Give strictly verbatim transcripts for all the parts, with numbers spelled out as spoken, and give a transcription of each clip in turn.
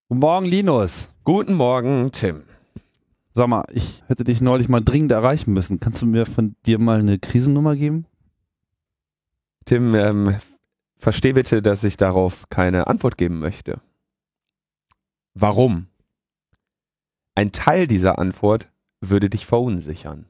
Guten Morgen, Linus. Guten Morgen, Tim. Sag mal, ich hätte dich neulich mal dringend erreichen müssen. Kannst du mir von dir mal eine Krisennummer geben? Tim, ähm, versteh bitte, dass ich darauf keine Antwort geben möchte. Warum? Ein Teil dieser Antwort würde dich verunsichern.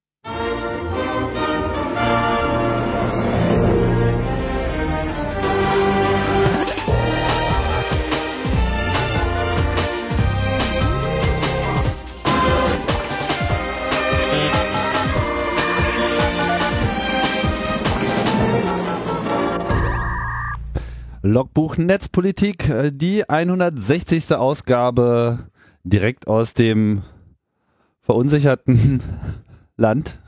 Logbuch Netzpolitik, die hundertsechzigste Ausgabe direkt aus dem verunsicherten Land.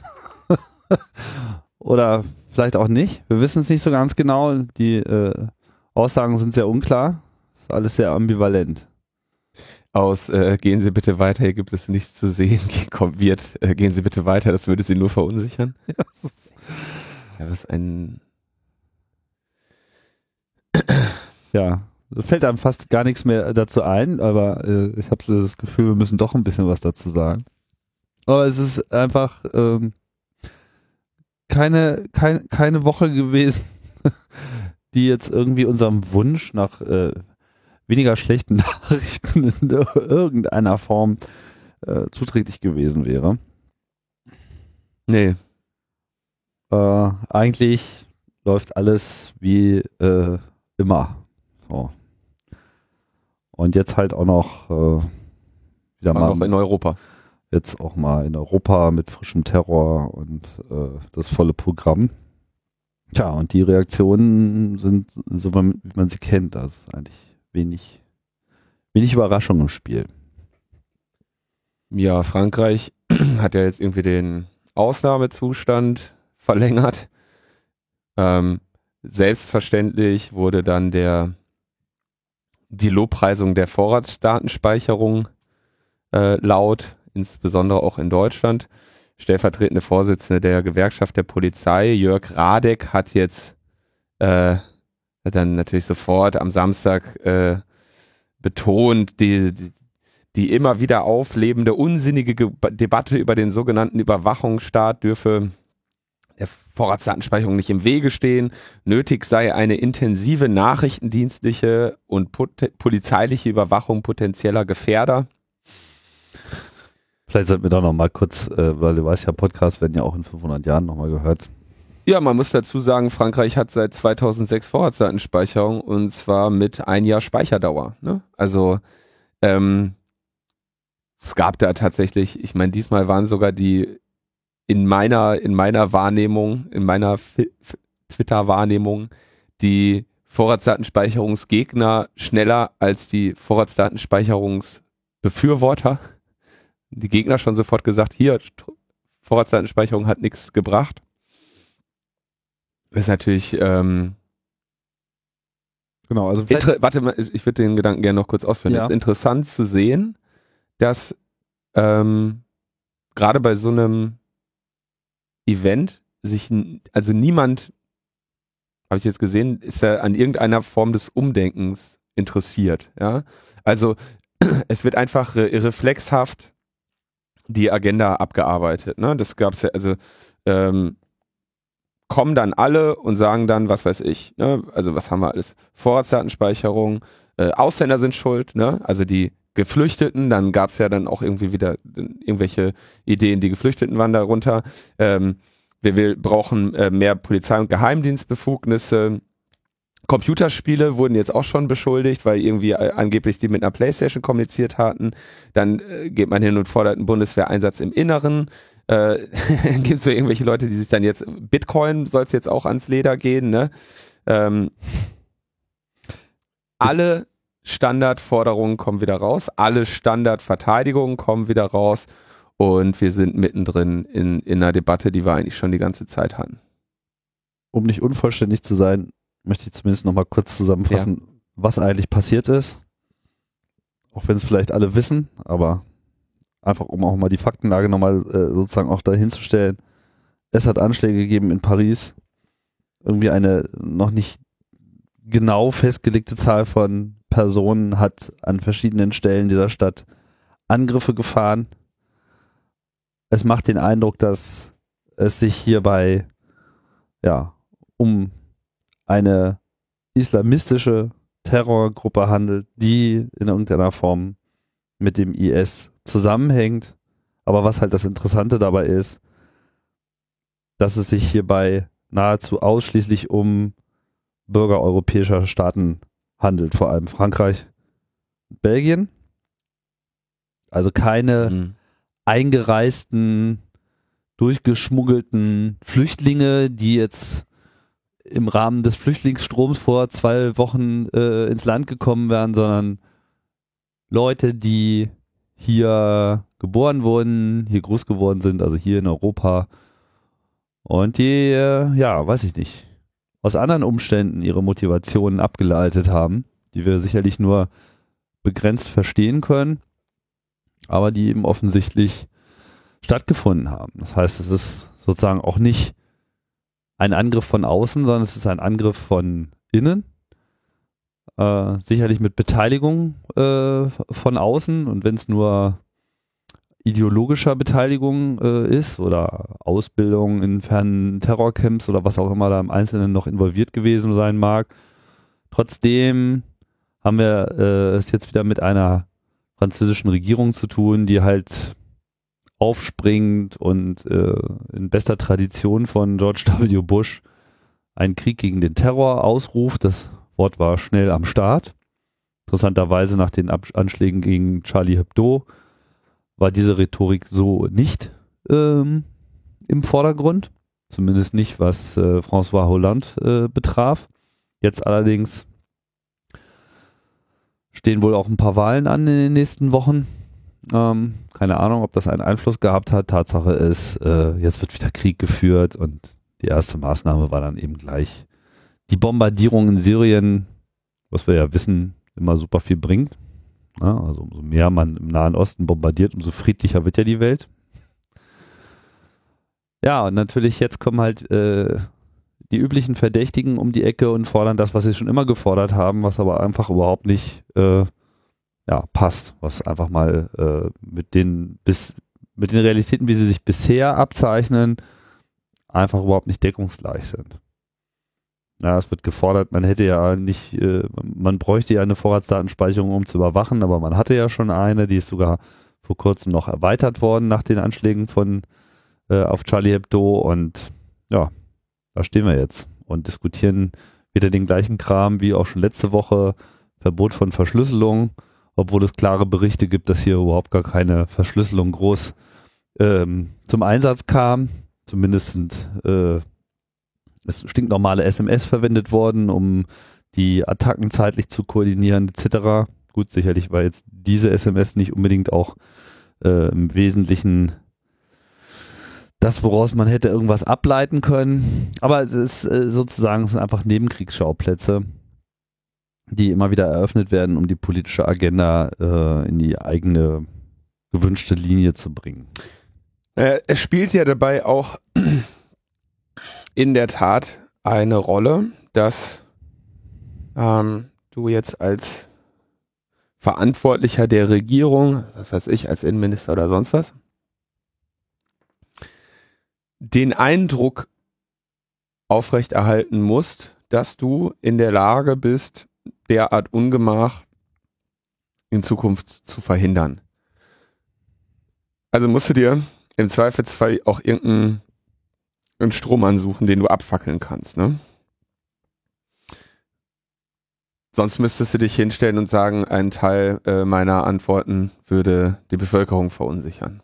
Oder vielleicht auch nicht. Wir wissen es nicht so ganz genau. Die äh, Aussagen sind sehr unklar. Ist alles sehr ambivalent. Aus äh, gehen Sie bitte weiter, hier gibt es nichts zu sehen, kommt wird, äh, gehen Sie bitte weiter, das würde Sie nur verunsichern. Ja, das ist Ja, was ein... Ja, fällt einem fast gar nichts mehr dazu ein, aber äh, ich habe so das Gefühl, wir müssen doch ein bisschen was dazu sagen. Aber es ist einfach ähm, keine, kein, keine Woche gewesen, die jetzt irgendwie unserem Wunsch nach äh, weniger schlechten Nachrichten in irgendeiner Form äh, zuträglich gewesen wäre. Nee. Äh, eigentlich läuft alles wie äh, immer. So. Und jetzt halt auch noch äh, wieder War mal noch in Europa. jetzt auch mal in Europa mit frischem Terror und äh, das volle Programm. Tja, und die Reaktionen sind so, wie man sie kennt. Da ist eigentlich wenig, wenig Überraschung im Spiel. Ja, Frankreich hat ja jetzt irgendwie den Ausnahmezustand verlängert. Ähm, selbstverständlich wurde dann der die Lobpreisung der Vorratsdatenspeicherung äh, laut, insbesondere auch in Deutschland. Stellvertretende Vorsitzende der Gewerkschaft der Polizei, Jörg Radeck, hat jetzt äh, hat dann natürlich sofort am Samstag äh, betont, die, die, die immer wieder auflebende, unsinnige Ge- Debatte über den sogenannten Überwachungsstaat dürfe der Vorratsdatenspeicherung nicht im Wege stehen. Nötig sei eine intensive nachrichtendienstliche und pot- polizeiliche Überwachung potenzieller Gefährder. Vielleicht sollten wir doch noch mal kurz, äh, weil du weißt ja, Podcasts werden ja auch in fünfhundert Jahren noch mal gehört. Ja, man muss dazu sagen, Frankreich hat seit zweitausendsechs Vorratsdatenspeicherung und zwar mit ein Jahr Speicherdauer. Ne? Also ähm, es gab da tatsächlich, ich meine, diesmal waren sogar die in meiner in meiner Wahrnehmung, in meiner Twitter-Wahrnehmung die Vorratsdatenspeicherungsgegner schneller als die Vorratsdatenspeicherungsbefürworter. Die Gegner schon sofort gesagt, hier, Vorratsdatenspeicherung hat nichts gebracht. Das ist natürlich ähm, Genau, also inter- warte mal, ich würde den Gedanken gerne noch kurz ausführen. Ja. Es ist interessant zu sehen, dass ähm, gerade bei so einem Event sich, n- also niemand, habe ich jetzt gesehen, ist ja an irgendeiner Form des Umdenkens interessiert. Ja, also es wird einfach re reflexhaft die Agenda abgearbeitet. Ne? Das gab's ja, also ähm, kommen dann alle und sagen dann, was weiß ich, ne? Also was haben wir alles? Vorratsdatenspeicherung, äh, Ausländer sind schuld, ne? Also die Geflüchteten, dann gab es ja dann auch irgendwie wieder irgendwelche Ideen, die Geflüchteten waren darunter. Ähm, wir will, brauchen äh, mehr Polizei- und Geheimdienstbefugnisse. Computerspiele wurden jetzt auch schon beschuldigt, weil irgendwie äh, angeblich die mit einer Playstation kommuniziert hatten. Dann äh, geht man hin und fordert einen Bundeswehreinsatz im Inneren. Äh, gibt es so irgendwelche Leute, die sich dann jetzt, Bitcoin soll es jetzt auch ans Leder gehen, ne? Ähm, alle Standardforderungen kommen wieder raus, alle Standardverteidigungen kommen wieder raus und wir sind mittendrin in, in einer Debatte, die wir eigentlich schon die ganze Zeit hatten. um nicht unvollständig zu sein, möchte ich zumindest noch mal kurz zusammenfassen, ja. was eigentlich passiert ist. Auch wenn es vielleicht alle wissen, aber einfach um auch mal die Faktenlage nochmal äh, sozusagen auch dahin zu stellen. Es hat Anschläge gegeben in Paris. Irgendwie eine noch nicht genau festgelegte Zahl von Person hat an verschiedenen Stellen dieser Stadt Angriffe gefahren. Es macht den Eindruck, dass es sich hierbei ja um eine islamistische Terrorgruppe handelt, die in irgendeiner Form mit dem I S zusammenhängt. Aber was halt das Interessante dabei ist, dass es sich hierbei nahezu ausschließlich um Bürger europäischer Staaten handelt, vor allem Frankreich, Belgien. Also keine mhm. eingereisten, durchgeschmuggelten Flüchtlinge, die jetzt im Rahmen des Flüchtlingsstroms vor zwei Wochen äh, ins Land gekommen wären, sondern Leute, die hier geboren wurden, hier groß geworden sind, also hier in Europa und die, äh, ja, weiß ich nicht, aus anderen Umständen ihre Motivationen abgeleitet haben, die wir sicherlich nur begrenzt verstehen können, aber die eben offensichtlich stattgefunden haben. Das heißt, es ist sozusagen auch nicht ein Angriff von außen, sondern es ist ein Angriff von innen. Äh, sicherlich mit Beteiligung äh, von außen, und wenn es nur ideologischer Beteiligung äh, ist oder Ausbildung in fernen Terrorcamps oder was auch immer da im Einzelnen noch involviert gewesen sein mag. Trotzdem haben wir äh, es jetzt wieder mit einer französischen Regierung zu tun, die halt aufspringt und äh, in bester Tradition von George W. Bush einen Krieg gegen den Terror ausruft. Das Wort war schnell am Start. Interessanterweise nach den Ab- Anschlägen gegen Charlie Hebdo war diese Rhetorik so nicht ähm, im Vordergrund. Zumindest nicht, was äh, François Hollande äh, betraf. Jetzt allerdings stehen wohl auch ein paar Wahlen an in den nächsten Wochen. Ähm, keine Ahnung, ob das einen Einfluss gehabt hat. Tatsache ist, äh, jetzt wird wieder Krieg geführt und die erste Maßnahme war dann eben gleich die Bombardierung in Syrien, was wir ja wissen, immer super viel bringt. Ja, also umso mehr man im Nahen Osten bombardiert, umso friedlicher wird ja die Welt. Ja, und natürlich jetzt kommen halt äh, die üblichen Verdächtigen um die Ecke und fordern das, was sie schon immer gefordert haben, was aber einfach überhaupt nicht äh, ja, passt, was einfach mal äh, mit den bis mit den Realitäten, wie sie sich bisher abzeichnen, einfach überhaupt nicht deckungsgleich sind. Ja, es wird gefordert, man hätte ja nicht, äh, man bräuchte ja eine Vorratsdatenspeicherung, um zu überwachen, aber man hatte ja schon eine, die ist sogar vor kurzem noch erweitert worden nach den Anschlägen von äh, auf Charlie Hebdo, und ja, da stehen wir jetzt und diskutieren wieder den gleichen Kram wie auch schon letzte Woche, Verbot von Verschlüsselung, obwohl es klare Berichte gibt, dass hier überhaupt gar keine Verschlüsselung groß ähm, zum Einsatz kam. Zumindest sind äh, es stinknormale S M S verwendet worden, um die Attacken zeitlich zu koordinieren et cetera. Gut, sicherlich war jetzt diese S M S nicht unbedingt auch äh, im Wesentlichen das, woraus man hätte irgendwas ableiten können. Aber es ist äh, sozusagen, es sind einfach Nebenkriegsschauplätze, die immer wieder eröffnet werden, um die politische Agenda äh, in die eigene gewünschte Linie zu bringen. Äh, es spielt ja dabei auch in der Tat eine Rolle, dass ähm, du jetzt als Verantwortlicher der Regierung, was weiß ich, als Innenminister oder sonst was, den Eindruck aufrechterhalten musst, dass du in der Lage bist, derart Ungemach in Zukunft zu verhindern. Also musst du dir im Zweifelsfall auch irgendeinen einen Strom ansuchen, den du abfackeln kannst, ne? Sonst müsstest du dich hinstellen und sagen, ein Teil äh, meiner Antworten würde die Bevölkerung verunsichern.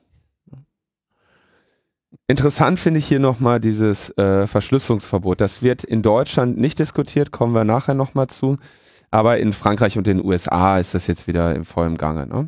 Interessant finde ich hier nochmal dieses äh, Verschlüsselungsverbot. Das wird in Deutschland nicht diskutiert, kommen wir nachher nochmal zu. Aber in Frankreich und den U S A ist das jetzt wieder im vollen Gange, ne?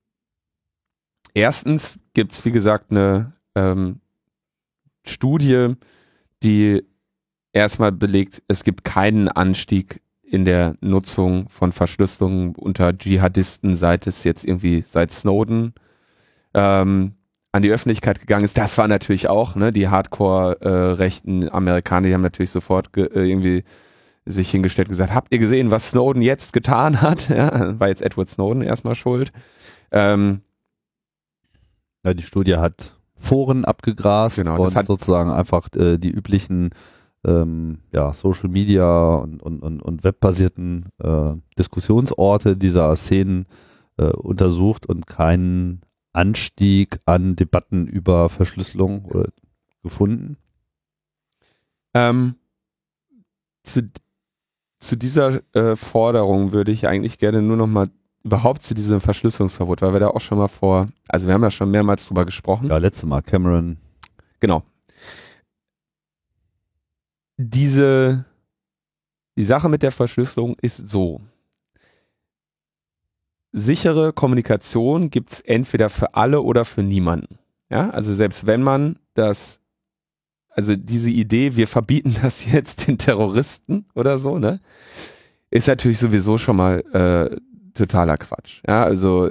Erstens gibt es, wie gesagt, eine ähm, Studie, die erstmal belegt, es gibt keinen Anstieg in der Nutzung von Verschlüsselungen unter Dschihadisten, seit es jetzt irgendwie seit Snowden ähm, an die Öffentlichkeit gegangen ist. Das war natürlich auch, ne, die Hardcore-rechten äh, Amerikaner, die haben natürlich sofort ge- äh, irgendwie sich hingestellt und gesagt, habt ihr gesehen, was Snowden jetzt getan hat? Ja, war jetzt Edward Snowden erstmal schuld. Ähm, ja, die Studie hat Foren abgegrast genau, das und hat sozusagen einfach äh, die üblichen ähm, ja, Social Media und, und, und, und webbasierten äh, Diskussionsorte dieser Szenen äh, untersucht und keinen Anstieg an Debatten über Verschlüsselung äh, gefunden. Ähm, zu, zu dieser äh, Forderung würde ich eigentlich gerne nur noch mal überhaupt zu diesem Verschlüsselungsverbot, weil wir da auch schon mal vor, also wir haben ja schon mehrmals drüber gesprochen. Ja, letztes Mal, Cameron. Genau. Diese, die Sache mit der Verschlüsselung ist so. Sichere Kommunikation gibt es entweder für alle oder für niemanden. Ja, also selbst wenn man das, also diese Idee, wir verbieten das jetzt den Terroristen oder so, ne, ist natürlich sowieso schon mal äh, totaler Quatsch. Ja, also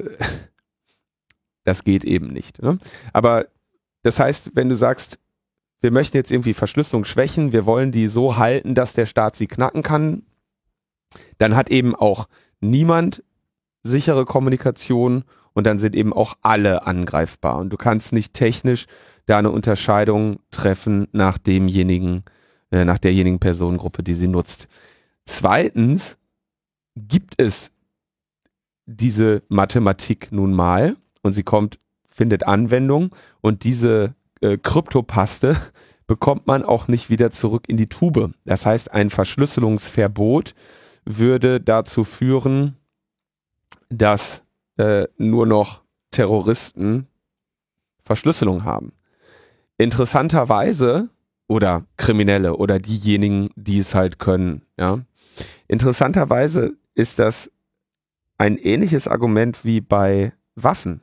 das geht eben nicht. Ne? Aber das heißt, wenn du sagst, wir möchten jetzt irgendwie Verschlüsselung schwächen, wir wollen die so halten, dass der Staat sie knacken kann, dann hat eben auch niemand sichere Kommunikation und dann sind eben auch alle angreifbar. Und du kannst nicht technisch da eine Unterscheidung treffen nach demjenigen, äh, nach derjenigen Personengruppe, die sie nutzt. Zweitens gibt es diese Mathematik nun mal und sie kommt, findet Anwendung und diese äh, Kryptopaste bekommt man auch nicht wieder zurück in die Tube. Das heißt, ein Verschlüsselungsverbot würde dazu führen, dass äh, nur noch Terroristen Verschlüsselung haben. Interessanterweise, oder Kriminelle oder diejenigen, die es halt können, ja. Interessanterweise ist das ein ähnliches Argument wie bei Waffen,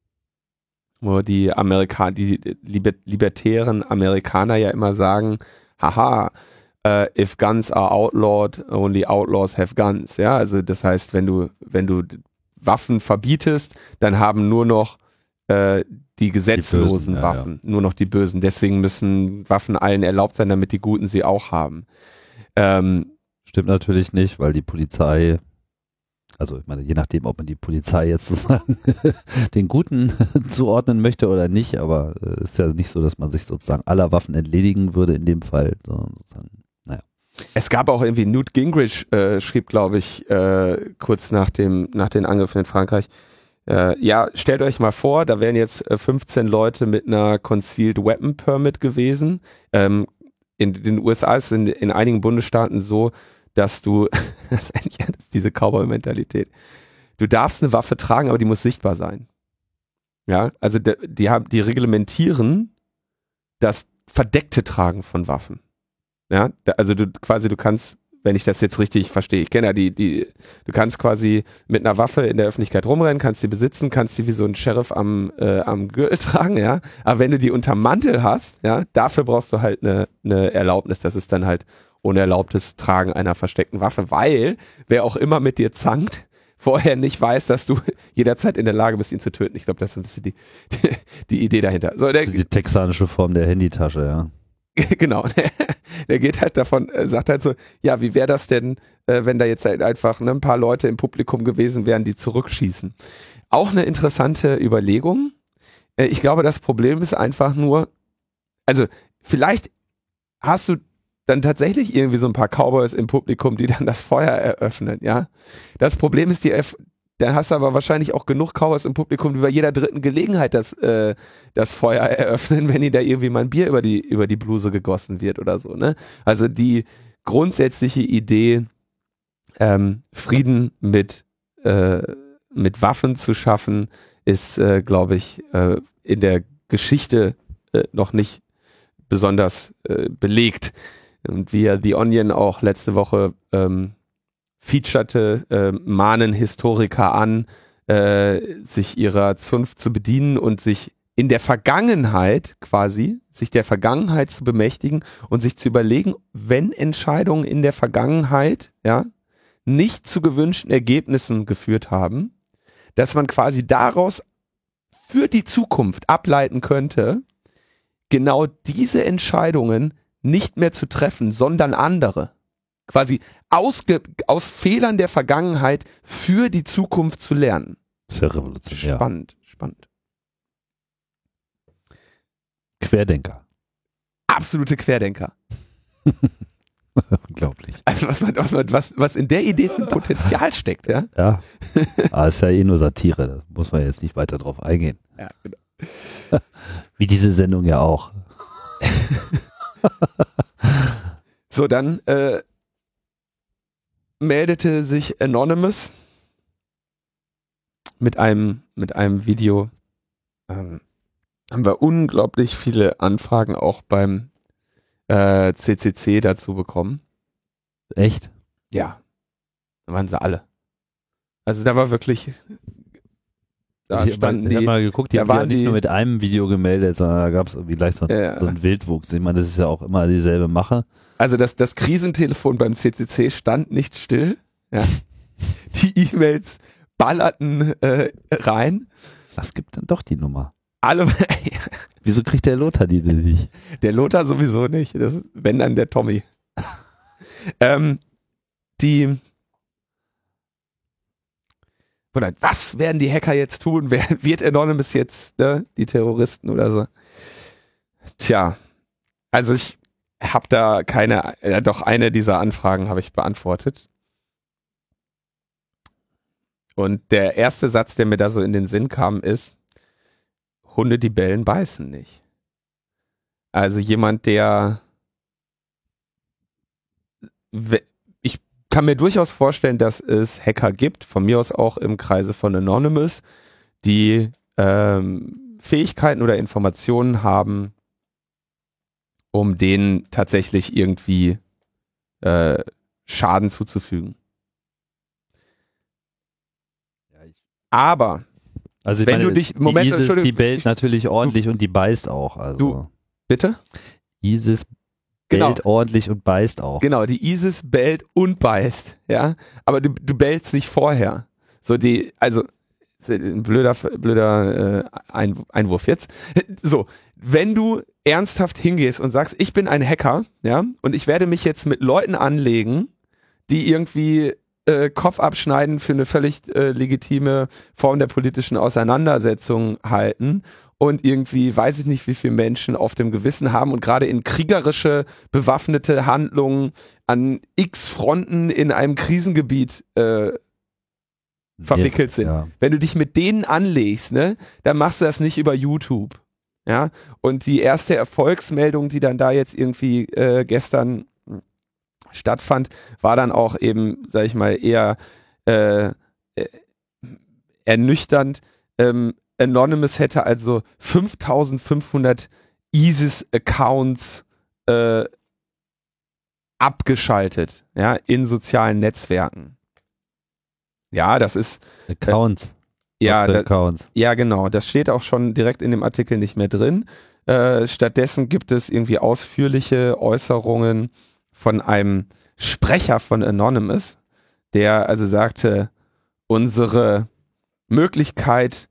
wo die Amerika die liber libertären Amerikaner ja immer sagen, haha, uh, if guns are outlawed, only outlaws have guns. Ja, also das heißt, wenn du wenn du Waffen verbietest, dann haben nur noch äh, die gesetzlosen die Bösen, ja, Waffen, ja. Nur noch die Bösen. Deswegen müssen Waffen allen erlaubt sein, damit die Guten sie auch haben. Ähm, Stimmt natürlich nicht, weil die Polizei, also ich meine, je nachdem, ob man die Polizei jetzt sozusagen den Guten zuordnen möchte oder nicht, aber es äh, ist ja nicht so, dass man sich sozusagen aller Waffen entledigen würde in dem Fall, sondern sozusagen, naja. Es gab auch irgendwie, Newt Gingrich äh, schrieb, glaube ich, äh, kurz nach dem nach den Angriffen in Frankreich, äh, ja, stellt euch mal vor, da wären jetzt äh, fünfzehn Leute mit einer Concealed Weapon Permit gewesen. Ähm, in den U S A ist es in, in einigen Bundesstaaten so, dass du, das ist eigentlich das ist diese Cowboy-Mentalität, du darfst eine Waffe tragen, aber die muss sichtbar sein. Ja, also de, die haben, die reglementieren das verdeckte Tragen von Waffen. Ja, da, also du quasi, du kannst, wenn ich das jetzt richtig verstehe, ich kenne ja die, die, du kannst quasi mit einer Waffe in der Öffentlichkeit rumrennen, kannst sie besitzen, kannst sie wie so ein Sheriff am, äh, am Gürtel tragen, ja, aber wenn du die unterm Mantel hast, ja, dafür brauchst du halt eine, eine Erlaubnis, das ist dann halt unerlaubtes Tragen einer versteckten Waffe, weil wer auch immer mit dir zankt, vorher nicht weiß, dass du jederzeit in der Lage bist, ihn zu töten. Ich glaube, das ist ein bisschen die, die, die Idee dahinter. So, der, die texanische Form der Handytasche, ja. Genau, der geht halt davon, sagt halt so, ja, wie wäre das denn, wenn da jetzt halt einfach ne, ein paar Leute im Publikum gewesen wären, die zurückschießen. Auch eine interessante Überlegung. Ich glaube, das Problem ist einfach nur, also vielleicht hast du dann tatsächlich irgendwie so ein paar Cowboys im Publikum, die dann das Feuer eröffnen, ja. Das Problem ist, die F dann hast du aber wahrscheinlich auch genug Cowboys im Publikum, die bei jeder dritten Gelegenheit das, äh, das Feuer eröffnen, wenn ihnen da irgendwie mal ein Bier über die, über die Bluse gegossen wird oder so, ne. Also die grundsätzliche Idee, ähm, Frieden mit, äh, mit Waffen zu schaffen, ist, äh, glaube ich, äh, in der Geschichte äh, noch nicht besonders äh, belegt. Und wie ja The Onion auch letzte Woche ähm, featurete, äh, mahnen Historiker an, äh, sich ihrer Zunft zu bedienen und sich in der Vergangenheit quasi, sich der Vergangenheit zu bemächtigen und sich zu überlegen, wenn Entscheidungen in der Vergangenheit, ja, nicht zu gewünschten Ergebnissen geführt haben, dass man quasi daraus für die Zukunft ableiten könnte, genau diese Entscheidungen nicht mehr zu treffen, sondern andere. quasi ausge, aus Fehlern der Vergangenheit für die Zukunft zu lernen. Sehr revolutionär. Spannend, spannend. Querdenker. Absolute Querdenker. Unglaublich. Also was, man, was, man, was, was in der Idee für ein Potenzial steckt, ja? Ja. Aber ist ja eh nur Satire, da muss man jetzt nicht weiter drauf eingehen. Ja, genau. Wie diese Sendung ja auch. So, dann äh, meldete sich Anonymous mit einem, mit einem Video. Ähm, haben wir unglaublich viele Anfragen auch beim äh, C C C dazu bekommen. Echt? Ja, da waren sie alle. Also da war wirklich, da ich standen habe die, mal geguckt, die da haben sich auch waren nicht die- nur mit einem Video gemeldet, sondern da gab es irgendwie gleich so, Ja. so einen Wildwuchs. Ich meine, das ist ja auch immer dieselbe Mache. also das, das Krisentelefon beim C C C stand nicht still. Ja. Die E-Mails ballerten äh, rein. Was gibt dann doch die Nummer? Alle, Wieso kriegt der Lothar die denn nicht? der Lothar sowieso nicht. Das, wenn dann der Tommy. ähm, die Oder was werden die Hacker jetzt tun? Wer wird Anonymous jetzt, ne? Die Terroristen oder so? Tja, also ich habe da keine, äh, doch eine dieser Anfragen habe ich beantwortet. Und der erste Satz, der mir da so in den Sinn kam, ist: Hunde, die bellen, beißen nicht. Also jemand, der ich kann mir durchaus vorstellen, dass es Hacker gibt, von mir aus auch im Kreise von Anonymous, die ähm, Fähigkeiten oder Informationen haben, um denen tatsächlich irgendwie äh, Schaden zuzufügen. Aber Also ich wenn meine, du dich, die Moment, ISIS, Entschuldigung, die bellt ich- natürlich ordentlich und die beißt auch. Also Du- bitte? ISIS Genau. bellt ordentlich und beißt auch. Genau, die ISIS bellt und beißt, ja, aber du, du bellst nicht vorher. So die, also ein blöder, blöder äh, Ein- Einwurf jetzt. So, wenn du ernsthaft hingehst und sagst, ich bin ein Hacker, ja, und ich werde mich jetzt mit Leuten anlegen, die irgendwie äh, Kopf abschneiden für eine völlig äh, legitime Form der politischen Auseinandersetzung halten und irgendwie, weiß ich nicht, wie viele Menschen auf dem Gewissen haben und gerade in kriegerische, bewaffnete Handlungen an x Fronten in einem Krisengebiet äh, verwickelt sind. Ja. Wenn du dich mit denen anlegst, ne, dann machst du das nicht über YouTube. Ja, und die erste Erfolgsmeldung, die dann da jetzt irgendwie äh, gestern stattfand, war dann auch eben, sag ich mal, eher äh, äh, ernüchternd. Ähm, Anonymous hätte also fünftausendfünfhundert ISIS-Accounts äh, abgeschaltet, ja, in sozialen Netzwerken. Ja, das ist Accounts. ja, Was für da, Accounts. ja genau, das steht auch schon direkt in dem Artikel nicht mehr drin. Äh, stattdessen gibt es irgendwie ausführliche Äußerungen von einem Sprecher von Anonymous, der also sagte, unsere Möglichkeit,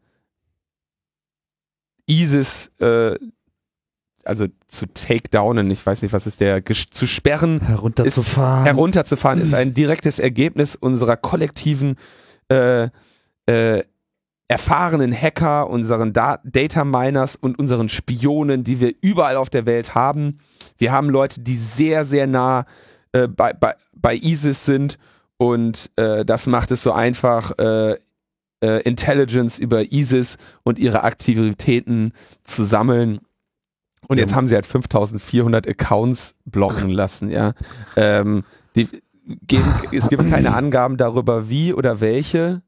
ISIS äh, also zu takedownen, ich weiß nicht, was ist der, gesch- zu sperren, Herunterzufahren. herunterzufahren, ist ein direktes Ergebnis unserer kollektiven äh, äh, erfahrenen Hacker, unseren Da- Data Miners und unseren Spionen, die wir überall auf der Welt haben. Wir haben Leute, die sehr, sehr nah äh, bei, bei, bei ISIS sind und äh, das macht es so einfach, äh, äh, Intelligence über ISIS und ihre Aktivitäten zu sammeln. Und jetzt Ja. haben sie halt fünftausendvierhundert Accounts blocken lassen, ja. Ähm, die geben, es gibt keine Angaben darüber, wie oder welche.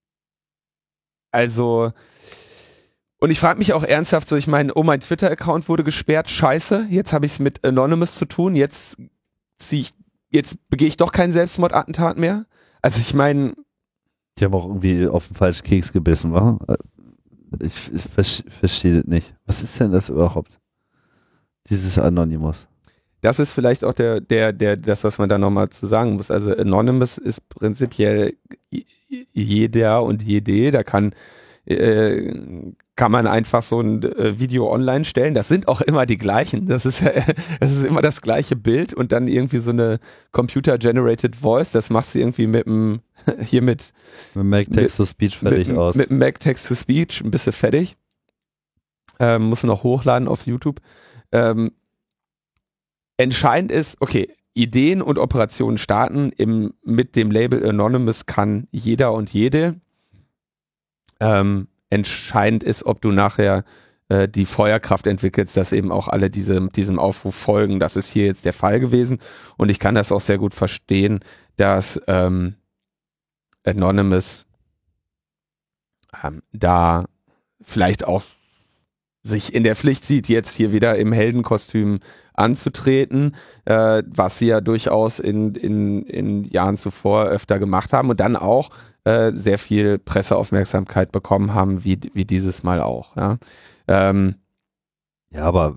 Also, und ich frage mich auch ernsthaft so, ich meine, oh, mein Twitter-Account wurde gesperrt, scheiße, jetzt habe ich es mit Anonymous zu tun, jetzt zieh ich, jetzt begehe ich doch kein Selbstmordattentat mehr. Also ich meine, Die haben auch irgendwie auf den falschen Keks gebissen, wa? Ich, ich ver- verstehe das nicht. Was ist denn das überhaupt? Dieses Anonymous. das ist vielleicht auch der, der, der, das, was man da nochmal zu sagen muss. Also Anonymous ist prinzipiell jeder und jede, da kann äh, kann man einfach so ein äh, Video online stellen. Das sind auch immer die gleichen. Das ist, äh, das ist immer das gleiche Bild und dann irgendwie so eine Computer-Generated Voice. Das machst du irgendwie mit dem, hier mit Mit Mac Text-to-Speech fertig mit, aus. Mit dem Mac Text-to-Speech ein bisschen fertig. Ähm, muss noch hochladen auf YouTube. Ähm, entscheidend ist, okay, Ideen und Operationen starten. Im, mit dem Label Anonymous kann jeder und jede. Ähm, entscheidend ist, ob du nachher äh, die Feuerkraft entwickelst, dass eben auch alle diese, diesem Aufruf folgen. Das ist hier jetzt der Fall gewesen. Und ich kann das auch sehr gut verstehen, dass ähm, Anonymous ähm, da vielleicht auch sich in der Pflicht sieht, jetzt hier wieder im Heldenkostüm anzutreten, äh, was sie ja durchaus in, in, in Jahren zuvor öfter gemacht haben und dann auch äh, sehr viel Presseaufmerksamkeit bekommen haben, wie, wie dieses Mal auch. Ja, ähm, ja aber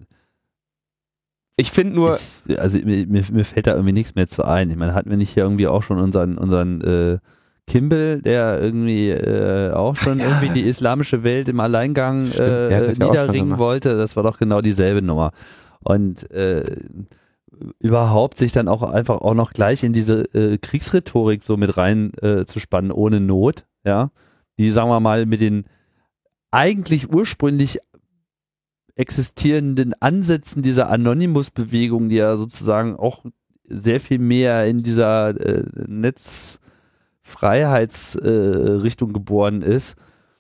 ich finde nur... Ich, also mir, mir fällt da irgendwie nichts mehr zu ein. Ich meine, hatten wir nicht hier irgendwie auch schon unseren, unseren äh, Kimball, der irgendwie äh, auch schon ja. irgendwie die islamische Welt im Alleingang äh, niederringen wollte. Das war doch genau dieselbe Nummer. Und äh, überhaupt sich dann auch einfach auch noch gleich in diese äh, Kriegsrhetorik so mit rein äh, zu spannen, ohne Not, ja, die, sagen wir mal, mit den eigentlich ursprünglich existierenden Ansätzen dieser Anonymous-Bewegung, die ja sozusagen auch sehr viel mehr in dieser äh, Netz Freiheitsrichtung äh, geboren ist,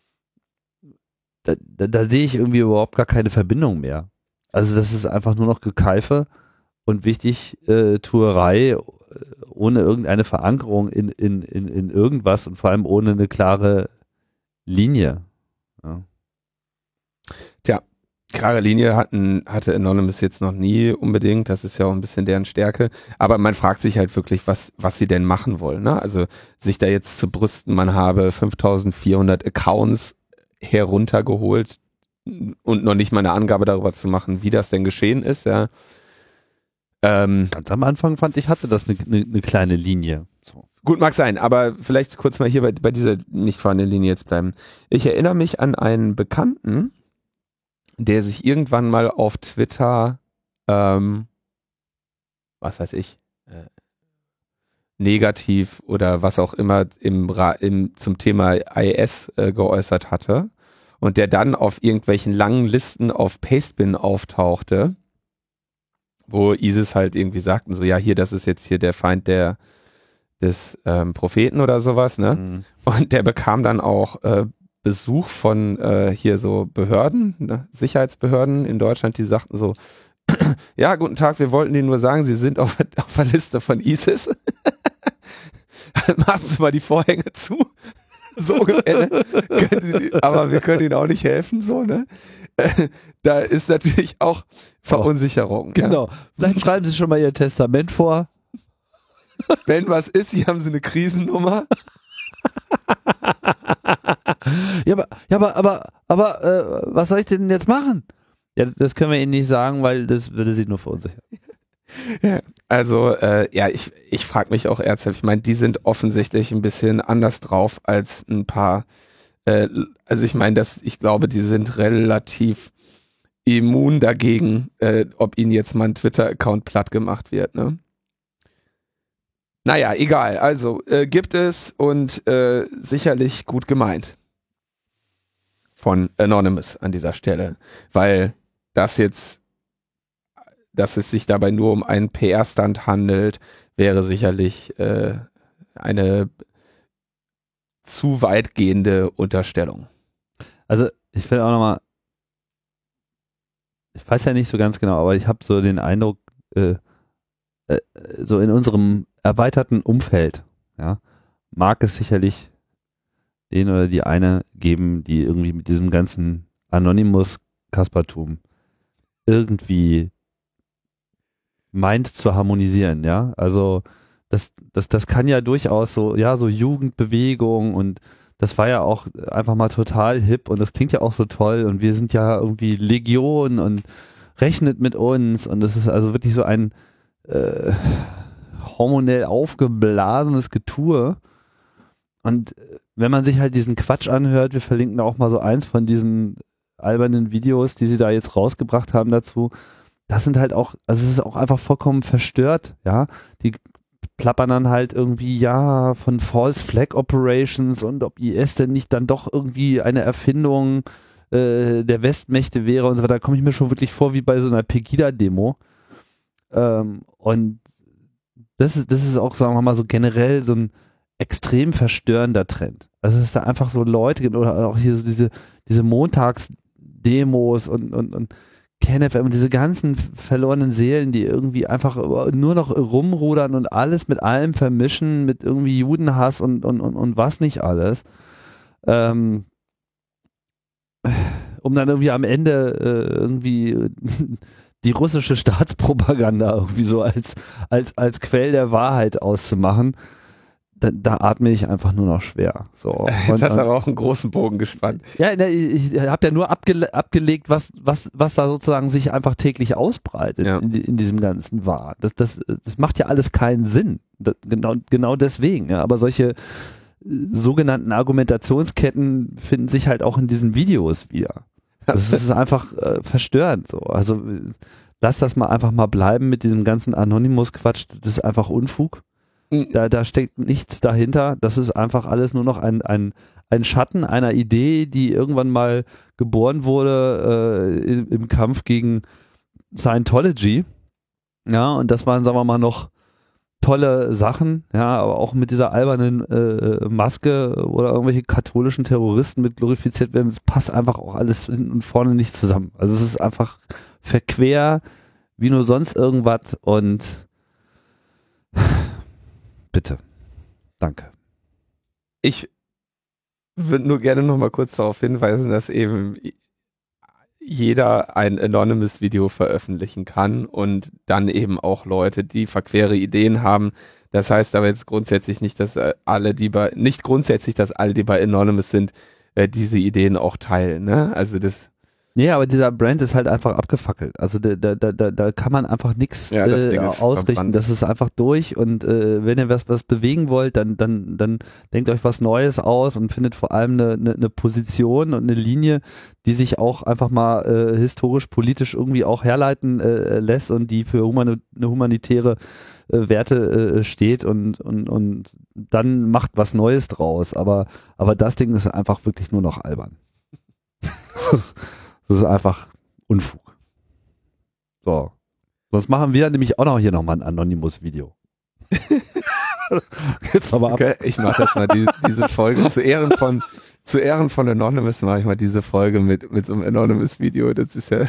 da, da, da sehe ich irgendwie überhaupt gar keine Verbindung mehr. Also das ist einfach nur noch Gekeife und wichtig äh, Tuerei ohne irgendeine Verankerung in, in, in, in irgendwas und vor allem ohne eine klare Linie. Ja. Tja, klare Linie hatten, hatte Anonymous jetzt noch nie unbedingt, das ist ja auch ein bisschen deren Stärke, aber man fragt sich halt wirklich, was, was sie denn machen wollen, ne? Also sich da jetzt zu brüsten, man habe fünftausendvierhundert Accounts heruntergeholt und noch nicht mal eine Angabe darüber zu machen, wie das denn geschehen ist, ja. Ähm, Ganz am Anfang fand ich, hatte das eine, eine, eine kleine Linie. So. Gut, mag sein, aber vielleicht kurz mal hier bei, bei dieser nicht vorhandenen Linie jetzt bleiben. Ich erinnere mich an einen Bekannten, der sich irgendwann mal auf Twitter, ähm, was weiß ich, äh, negativ oder was auch immer im, im zum Thema I S äh, geäußert hatte und der dann auf irgendwelchen langen Listen auf Pastebin auftauchte, wo ISIS halt irgendwie sagten, so ja, hier, das ist jetzt hier der Feind der des ähm, Propheten oder sowas, ne? Mhm. Und der bekam dann auch äh, Besuch von äh, hier so Behörden, ne? Sicherheitsbehörden in Deutschland, die sagten so, ja, guten Tag, wir wollten Ihnen nur sagen, Sie sind auf, auf der Liste von ISIS. Machen Sie mal die Vorhänge zu. So, äh, Sie, aber wir können Ihnen auch nicht helfen, so, ne? Äh, da ist natürlich auch Verunsicherung. Oh, genau. Ja. Vielleicht schreiben Sie schon mal Ihr Testament vor. Wenn was ist, hier haben Sie eine Krisennummer. Ja, aber, ja, aber, aber, aber äh, was soll ich denn jetzt machen? Ja, das können wir Ihnen nicht sagen, weil das würde Sie nur verunsichern. Ja, also, äh, ja, ich, ich frage mich auch ernsthaft. Ich meine, die sind offensichtlich ein bisschen anders drauf als ein paar. Äh, also ich meine, dass ich glaube, die sind relativ immun dagegen, äh, ob ihnen jetzt mal ein Twitter-Account platt gemacht wird, ne? Naja, egal. Also äh, gibt es und äh, sicherlich gut gemeint von Anonymous an dieser Stelle, weil das jetzt, dass es sich dabei nur um einen P R-Stunt handelt, wäre sicherlich äh, eine zu weitgehende Unterstellung. Also ich will auch nochmal, ich weiß ja nicht so ganz genau, aber ich habe so den Eindruck, äh, äh, so in unserem erweiterten Umfeld, ja, mag es sicherlich den oder die eine geben, die irgendwie mit diesem ganzen Anonymous-Kaspertum irgendwie meint zu harmonisieren, ja, also das, das, das kann ja durchaus so, ja, so Jugendbewegung und das war ja auch einfach mal total hip und das klingt ja auch so toll und wir sind ja irgendwie Legion und rechnet mit uns und das ist also wirklich so ein äh, hormonell aufgeblasenes Getue und wenn man sich halt diesen Quatsch anhört, wir verlinken auch mal so eins von diesen albernen Videos, die sie da jetzt rausgebracht haben dazu, das sind halt auch, also es ist auch einfach vollkommen verstört, ja, die plappern dann halt irgendwie, ja, von False Flag Operations und ob I S denn nicht dann doch irgendwie eine Erfindung äh, der Westmächte wäre und so weiter, da komme ich mir schon wirklich vor wie bei so einer Pegida-Demo. Ähm, und das ist, das ist auch, sagen wir mal, so generell so ein extrem verstörender Trend. Also dass es da einfach so Leute gibt oder auch hier so diese, diese Montagsdemos und, und, und KenFM und diese ganzen verlorenen Seelen, die irgendwie einfach nur noch rumrudern und alles mit allem vermischen, mit irgendwie Judenhass und, und, und, und was nicht alles. Ähm, um dann irgendwie am Ende äh, irgendwie die russische Staatspropaganda irgendwie so als, als, als Quell der Wahrheit auszumachen. Da, da atme ich einfach nur noch schwer. So. Und, Jetzt hast du aber auch einen großen Bogen gespannt. Ja, ich, ich habe ja nur abge, abgelegt, was, was, was da sozusagen sich einfach täglich ausbreitet ja. in, in diesem ganzen Wahn. Das, das, das macht ja alles keinen Sinn. Das, genau, genau deswegen. Ja. Aber solche sogenannten Argumentationsketten finden sich halt auch in diesen Videos wieder. Das ist einfach äh, verstörend. So. Also lass das mal einfach mal bleiben mit diesem ganzen Anonymous-Quatsch. Das ist einfach Unfug. Da, da steckt nichts dahinter. Das ist einfach alles nur noch ein, ein, ein Schatten einer Idee, die irgendwann mal geboren wurde äh, im, im Kampf gegen Scientology. Ja, und das waren, sagen wir mal, noch tolle Sachen, ja, aber auch mit dieser albernen äh, Maske oder irgendwelche katholischen Terroristen mit glorifiziert werden, das passt einfach auch alles hinten und vorne nicht zusammen. Also es ist einfach verquer wie nur sonst irgendwas und bitte. Danke. Ich würde nur gerne noch mal kurz darauf hinweisen, dass eben jeder ein Anonymous-Video veröffentlichen kann und dann eben auch Leute, die verquere Ideen haben. Das heißt aber jetzt grundsätzlich nicht, dass alle, die bei, nicht grundsätzlich, dass alle, die bei Anonymous sind, diese Ideen auch teilen, ne? Also das Nee, aber dieser Brand ist halt einfach abgefackelt. Also da, da, da, da kann man einfach nichts ja, äh, ausrichten. Verbrannt. Das ist einfach durch und äh, wenn ihr was, was bewegen wollt, dann, dann, dann denkt euch was Neues aus und findet vor allem eine, eine, eine Position und eine Linie, die sich auch einfach mal äh, historisch, politisch irgendwie auch herleiten äh, lässt und die für humane, eine humanitäre äh, Werte äh, steht und, und, und dann macht was Neues draus. Aber, aber das Ding ist einfach wirklich nur noch albern. Das ist einfach Unfug. So. Sonst machen wir nämlich auch noch hier nochmal ein Anonymous-Video. Jetzt aber ab. Okay, ich mache das mal, die, diese Folge zu Ehren von zu Ehren von Anonymous mache ich mal diese Folge mit, mit so einem Anonymous-Video. Das ist ja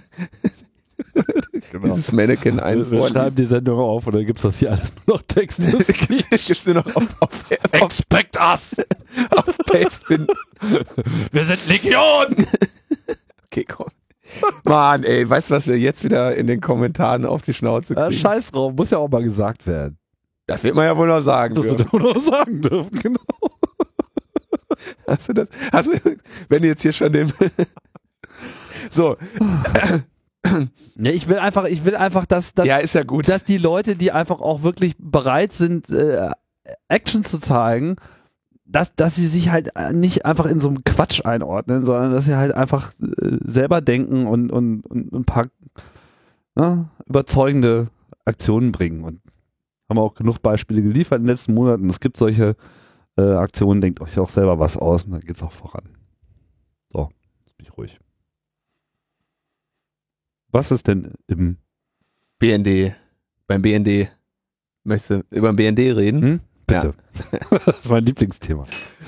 genau. Dieses Mannequin ein. Wir, wir schreiben die Sendung auf und dann gibt's das hier alles nur noch Text. Das gibt's mir noch auf, auf, auf Expect us! Auf Paste. Wir sind Legion! Okay, komm. Mann, ey, weißt du, was wir jetzt wieder in den Kommentaren auf die Schnauze kriegen? Ja, Scheiß drauf, muss ja auch mal gesagt werden. Das wird man ja wohl noch sagen Das dürfen. wird man noch sagen dürfen, genau. Hast du das? Also, wenn du jetzt hier schon den so. Ja, ich will einfach, ich will einfach, dass, dass, ja, ist ja gut. dass die Leute, die einfach auch wirklich bereit sind, äh, Action zu zeigen, dass, dass sie sich halt nicht einfach in so einem Quatsch einordnen, sondern dass sie halt einfach äh, selber denken und, und, und ein paar ne, überzeugende Aktionen bringen. Und haben wir auch genug Beispiele geliefert in den letzten Monaten. Es gibt solche äh, Aktionen, denkt euch auch selber was aus und dann geht's auch voran. So, jetzt bin ich ruhig. Was ist denn im B N D? Beim B N D möchtest du über den B N D reden? Hm? Bitte. Ja. Das ist mein Lieblingsthema.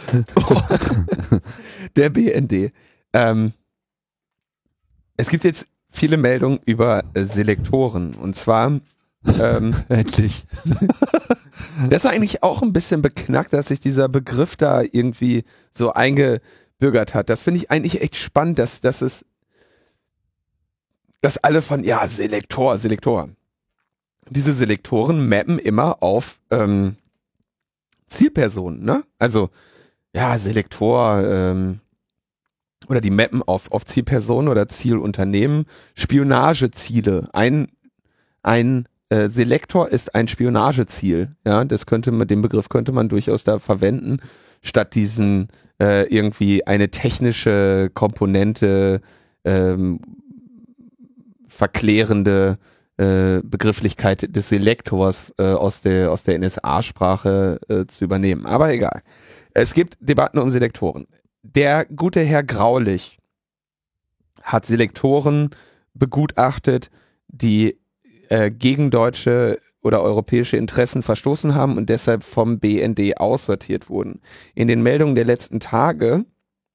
Der B N D. Ähm, es gibt jetzt viele Meldungen über äh, Selektoren und zwar ähm, endlich. Das ist eigentlich auch ein bisschen beknackt, dass sich dieser Begriff da irgendwie so eingebürgert hat. Das finde ich eigentlich echt spannend, dass, dass es dass alle von, ja, Selektor, Selektor. Diese Selektoren mappen immer auf ähm, Zielpersonen, ne? Also, ja, Selektor ähm, oder die mappen auf, auf Zielpersonen oder Zielunternehmen, Spionageziele. Ein, ein äh, Selektor ist ein Spionageziel. Ja, das könnte man, den Begriff könnte man durchaus da verwenden, statt diesen äh, irgendwie eine technische Komponente ähm, verklärende äh, Begrifflichkeit des Selektors äh, aus der aus der N S A-Sprache äh, zu übernehmen. Aber egal. Es gibt Debatten um Selektoren. Der gute Herr Graulich hat Selektoren begutachtet, die äh, gegen deutsche oder europäische Interessen verstoßen haben und deshalb vom B N D aussortiert wurden. In den Meldungen der letzten Tage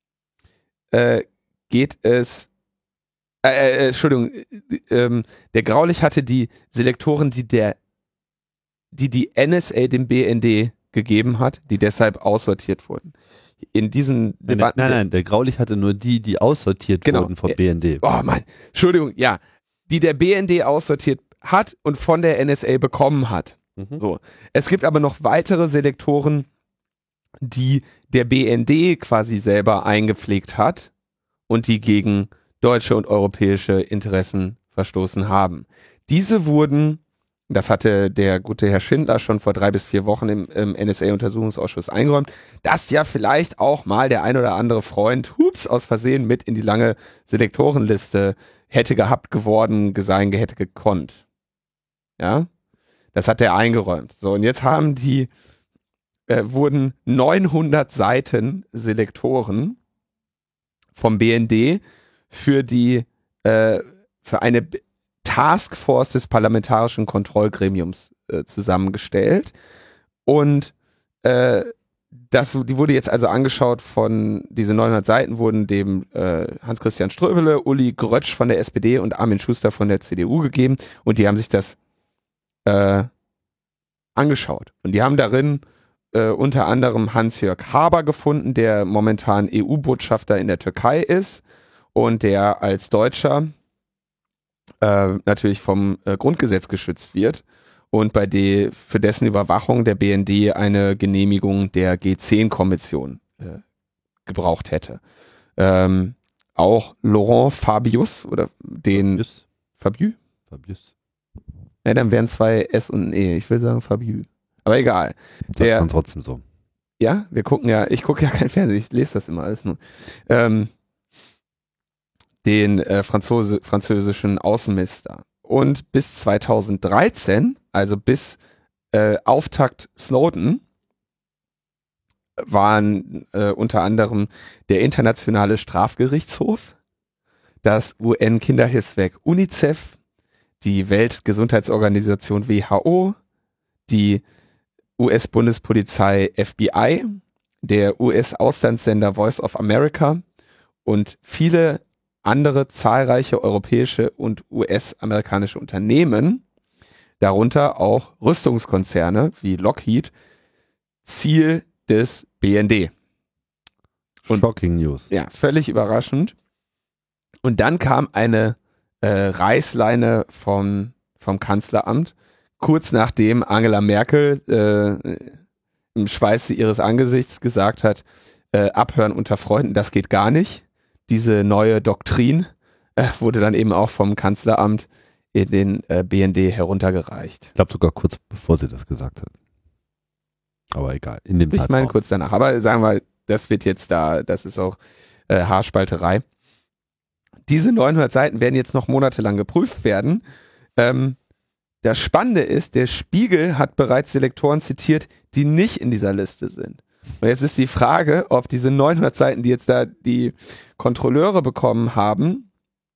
äh, geht es äh, äh, Entschuldigung, äh, äh, der Graulich hatte die Selektoren, die der die die N S A dem B N D gegeben hat, die deshalb aussortiert wurden. In diesen Debatten... Nein, nein, nein, der Graulich hatte nur die, die aussortiert genau. wurden vom B N D. Oh Mann, Entschuldigung, ja. Die der B N D aussortiert hat und von der N S A bekommen hat. Mhm. So. Es gibt aber noch weitere Selektoren, die der B N D quasi selber eingepflegt hat und die gegen deutsche und europäische Interessen verstoßen haben. Diese wurden... Das hatte der gute Herr Schindler schon vor drei bis vier Wochen im, im N S A-Untersuchungsausschuss eingeräumt, dass ja vielleicht auch mal der ein oder andere Freund, hups, aus Versehen mit in die lange Selektorenliste hätte gehabt, geworden, sein, hätte gekonnt. Ja, das hat er eingeräumt. So, und jetzt haben die, äh, wurden neunhundert Seiten Selektoren vom B N D für die, äh, für eine Taskforce des Parlamentarischen Kontrollgremiums äh, zusammengestellt und äh, das, die wurde jetzt also angeschaut von, diese neunhundert Seiten wurden dem äh, Hans-Christian Ströbele, Uli Grötsch von der S P D und Armin Schuster von der C D U gegeben und die haben sich das äh, angeschaut und die haben darin äh, unter anderem Hans-Jörg Haber gefunden, der momentan E U-Botschafter in der Türkei ist und der als Deutscher Äh, natürlich vom äh, Grundgesetz geschützt wird und bei de, für dessen Überwachung der B N D eine Genehmigung der G zehn Kommission äh, gebraucht hätte. Ähm, auch Laurent Fabius oder den Fabius. Fabius? Fabius. Ja, dann wären zwei S und ein E. Ich will sagen Fabius. Aber egal. Sagt Der, man trotzdem so. Ja, wir gucken ja, ich gucke ja kein Fernsehen, ich lese das immer alles nur. Ähm, den äh, Franzose, französischen Außenminister. Und bis zweitausenddreizehn, also bis äh, Auftakt Snowden, waren äh, unter anderem der Internationale Strafgerichtshof, das U N-Kinderhilfswerk UNICEF, die Weltgesundheitsorganisation W H O, die U S-Bundespolizei F B I, der U S-Auslandssender Voice of America und viele andere zahlreiche europäische und U S-amerikanische Unternehmen, darunter auch Rüstungskonzerne wie Lockheed, Ziel des B N D. Und Shocking News. Ja, völlig überraschend. Und dann kam eine äh, Reißleine vom, vom Kanzleramt, kurz nachdem Angela Merkel äh, im Schweiße ihres Angesichts gesagt hat, äh, abhören unter Freunden, das geht gar nicht. Diese neue Doktrin äh, wurde dann eben auch vom Kanzleramt in den äh, B N D heruntergereicht. Ich glaube sogar kurz bevor sie das gesagt hat. Aber egal, in dem Ich Zeitraum. meine kurz danach. Aber sagen wir, das wird jetzt da, das ist auch äh, Haarspalterei. Diese neunhundert Seiten werden jetzt noch monatelang geprüft werden. Ähm, das Spannende ist, der Spiegel hat bereits Selektoren zitiert, die nicht in dieser Liste sind. Und jetzt ist die Frage, ob diese neunhundert Seiten, die jetzt da die Kontrolleure bekommen haben,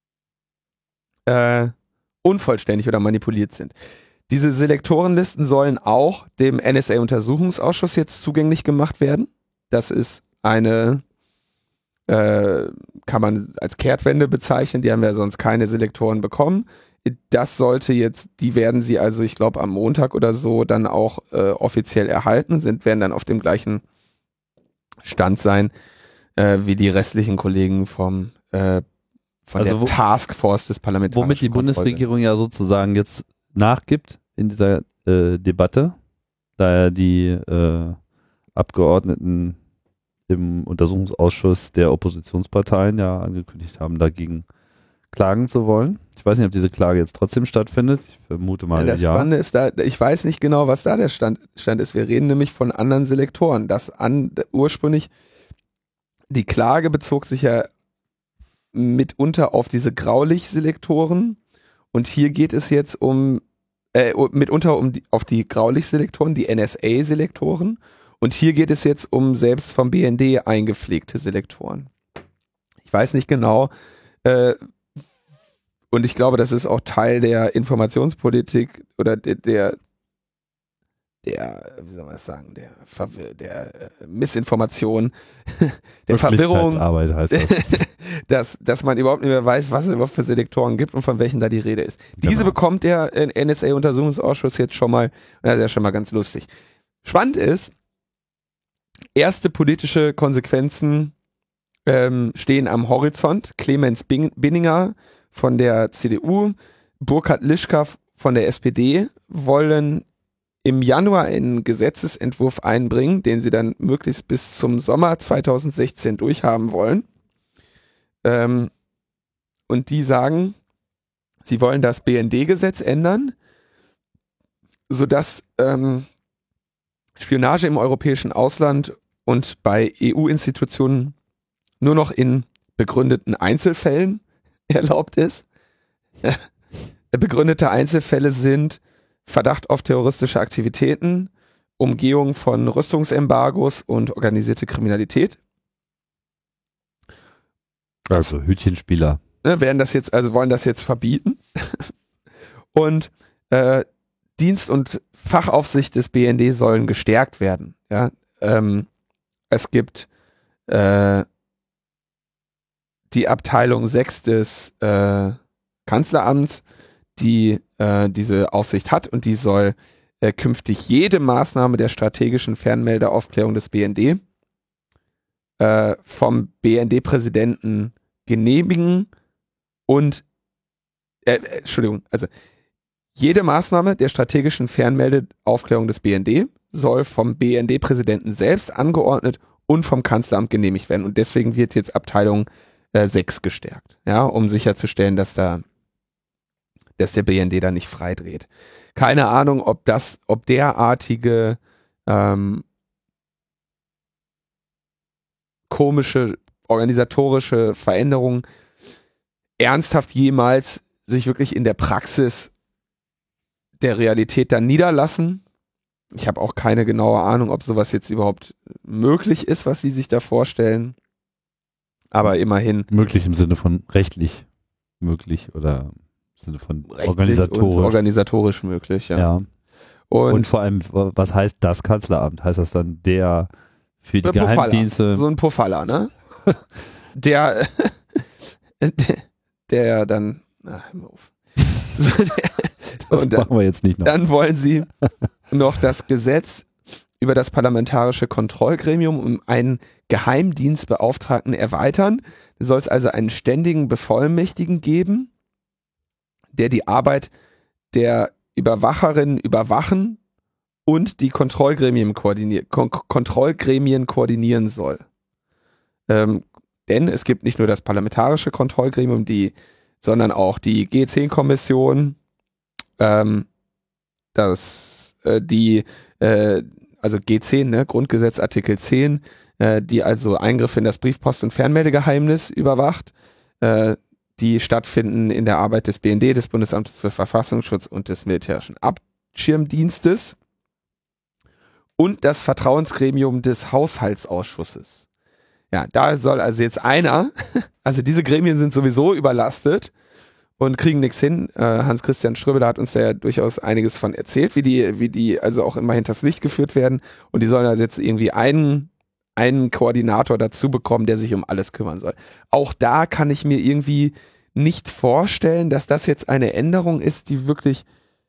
äh, unvollständig oder manipuliert sind. Diese Selektorenlisten sollen auch dem N S A-Untersuchungsausschuss jetzt zugänglich gemacht werden. Das ist eine, äh, kann man als Kehrtwende bezeichnen, die haben ja sonst keine Selektoren bekommen. Das sollte jetzt, die werden sie also, ich glaube, am Montag oder so dann auch äh, offiziell erhalten, sind, werden dann auf dem gleichen Stand sein, äh, wie die restlichen Kollegen vom äh, von also der wo, Taskforce des Parlamentarischen Womit die Bundesregierung ja sozusagen jetzt nachgibt in dieser äh, Debatte, da ja die äh, Abgeordneten im Untersuchungsausschuss der Oppositionsparteien ja angekündigt haben, dagegen klagen zu wollen. Ich weiß nicht, ob diese Klage jetzt trotzdem stattfindet. Ich vermute mal, ja. Das ja. Spannende ist da, ich weiß nicht genau, was da der Stand, Stand ist. Wir reden nämlich von anderen Selektoren. Das an, ursprünglich, die Klage bezog sich ja mitunter auf diese Graulichtselektoren und hier geht es jetzt um, äh, mitunter um die, auf die Graulichtselektoren, die N S A-Selektoren und hier geht es jetzt um selbst vom B N D eingepflegte Selektoren. Ich weiß nicht genau, äh, und ich glaube, das ist auch Teil der Informationspolitik oder der, der, der wie soll man das sagen, der, Verwir- der äh, Missinformation, der Verwirrung, heißt das. dass, dass man überhaupt nicht mehr weiß, was es überhaupt für Selektoren gibt und von welchen da die Rede ist. Diese Genau. bekommt der N S A-Untersuchungsausschuss jetzt schon mal, das ist ja schon mal ganz lustig. Spannend ist, erste politische Konsequenzen ähm, stehen am Horizont. Clemens Bing- Binninger von der C D U, Burkhard Lischka von der S P D wollen im Januar einen Gesetzesentwurf einbringen, den sie dann möglichst bis zum Sommer zweitausendsechzehn durchhaben wollen. Ähm, und die sagen, sie wollen das B N D-Gesetz ändern, sodass ähm, Spionage im europäischen Ausland und bei E U-Institutionen nur noch in begründeten Einzelfällen erlaubt ist. Begründete Einzelfälle sind Verdacht auf terroristische Aktivitäten, Umgehung von Rüstungsembargos und organisierte Kriminalität. Also Hütchenspieler. Ne, werden das jetzt, also wollen das jetzt verbieten. Und äh, Dienst- und Fachaufsicht des B N D sollen gestärkt werden. Ja, ähm, es gibt äh, die Abteilung sechs des äh, Kanzleramts, die äh, diese Aufsicht hat und die soll äh, künftig jede Maßnahme der strategischen Fernmeldeaufklärung des B N D äh, vom B N D-Präsidenten genehmigen und äh, äh, Entschuldigung, also jede Maßnahme der strategischen Fernmeldeaufklärung des B N D soll vom B N D-Präsidenten selbst angeordnet und vom Kanzleramt genehmigt werden. Und deswegen wird jetzt Abteilung äh, sechs gestärkt, ja, um sicherzustellen, dass da, dass der B N D da nicht freidreht. Keine Ahnung, ob das, ob derartige ähm, komische organisatorische Veränderungen ernsthaft jemals sich wirklich in der Praxis der Realität dann niederlassen. Ich habe auch keine genaue Ahnung, ob sowas jetzt überhaupt möglich ist, was sie sich da vorstellen. Aber immerhin. Möglich im Sinne von rechtlich möglich oder im Sinne von organisatorisch. Und organisatorisch möglich, ja. ja. Und, und vor allem, was heißt das Kanzleramt? Heißt das dann der für die Pofalla. Geheimdienste? So ein Pofalla, ne? der, der, der dann, na, hör mal auf. Das und dann, machen wir jetzt nicht noch. Dann wollen sie noch das Gesetz über das parlamentarische Kontrollgremium um einen Geheimdienstbeauftragten erweitern. Da soll es also einen ständigen Bevollmächtigen geben, der die Arbeit der Überwacherinnen überwachen und die Kontrollgremien, koordinier Kon Kontrollgremien koordinieren soll. Ähm, denn es gibt nicht nur das parlamentarische Kontrollgremium, die, sondern auch die G zehn Kommission, ähm, das, äh, die, äh, also G zehn, ne, Grundgesetz Artikel zehn, äh, die also Eingriffe in das Briefpost- und Fernmeldegeheimnis überwacht, äh, die stattfinden in der Arbeit des B N D, des Bundesamtes für Verfassungsschutz und des Militärischen Abschirmdienstes und das Vertrauensgremium des Haushaltsausschusses. Ja, da soll also jetzt einer, also diese Gremien sind sowieso überlastet und kriegen nichts hin. Äh, Hans-Christian Ströbele hat uns da ja durchaus einiges von erzählt, wie die, wie die also auch immer hinters Licht geführt werden. Und die sollen also jetzt irgendwie einen, einen Koordinator dazu bekommen, der sich um alles kümmern soll. Auch da kann ich mir irgendwie nicht vorstellen, dass das jetzt eine Änderung ist, die wirklich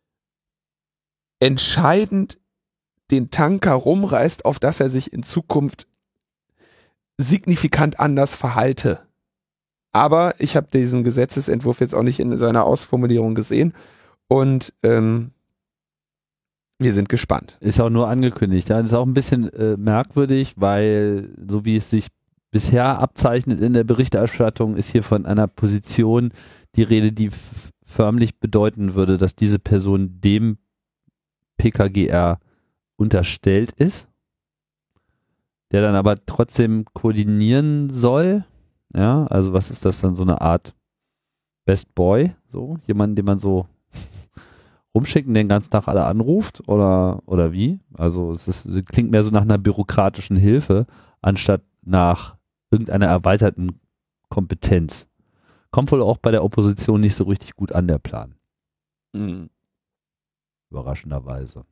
entscheidend den Tanker rumreißt, auf dass er sich in Zukunft signifikant anders verhalte. Aber ich habe diesen Gesetzesentwurf jetzt auch nicht in seiner Ausformulierung gesehen und ähm, wir sind gespannt. Ist auch nur angekündigt. Ja, das ist auch ein bisschen äh, merkwürdig, weil so wie es sich bisher abzeichnet in der Berichterstattung, ist hier von einer Position, die Rede, die f- förmlich bedeuten würde, dass diese Person dem P K G R unterstellt ist, der dann aber trotzdem koordinieren soll. Ja, also was ist das dann, so eine Art Best Boy, so jemanden, den man so rumschicken, den ganzen Tag alle anruft oder oder wie? Also es ist, klingt mehr so nach einer bürokratischen Hilfe anstatt nach irgendeiner erweiterten Kompetenz. Kommt wohl auch bei der Opposition nicht so richtig gut an, der Plan. Mhm. Überraschenderweise.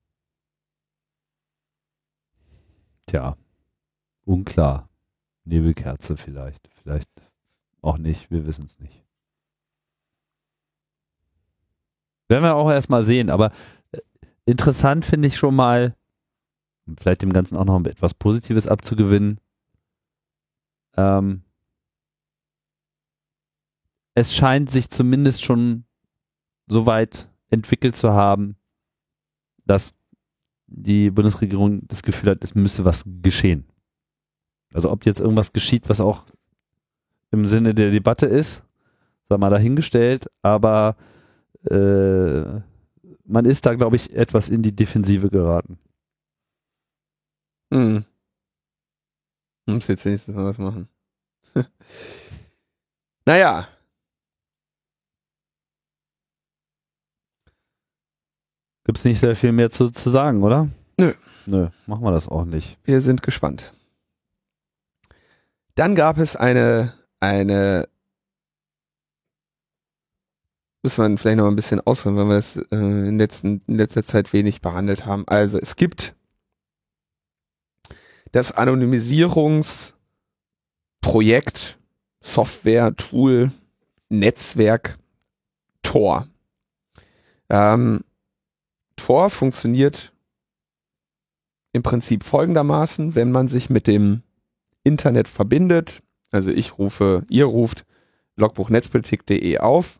Tja, unklar. Nebelkerze vielleicht. Vielleicht auch nicht, wir wissen es nicht. Werden wir auch erstmal sehen, aber interessant finde ich schon mal, um vielleicht dem Ganzen auch noch etwas Positives abzugewinnen, ähm, es scheint sich zumindest schon so weit entwickelt zu haben, dass die Bundesregierung das Gefühl hat, es müsse was geschehen. Also ob jetzt irgendwas geschieht, was auch im Sinne der Debatte ist, sei mal dahingestellt, aber äh, man ist da, glaube ich, etwas in die Defensive geraten. Mhm. Muss jetzt wenigstens mal was machen. Naja. Gibt es nicht sehr viel mehr zu, zu sagen, oder? Nö. Nö, machen wir das auch nicht. Wir sind gespannt. Dann gab es eine, eine, muss man vielleicht noch ein bisschen ausholen, weil wir es äh, in, letzten, in letzter Zeit wenig behandelt haben. Also es gibt das Anonymisierungsprojekt, Software, Tool, Netzwerk Tor. Ähm, Tor funktioniert im Prinzip folgendermaßen, wenn man sich mit dem Internet verbindet, also ich rufe, ihr ruft logbuch netzpolitik punkt de auf,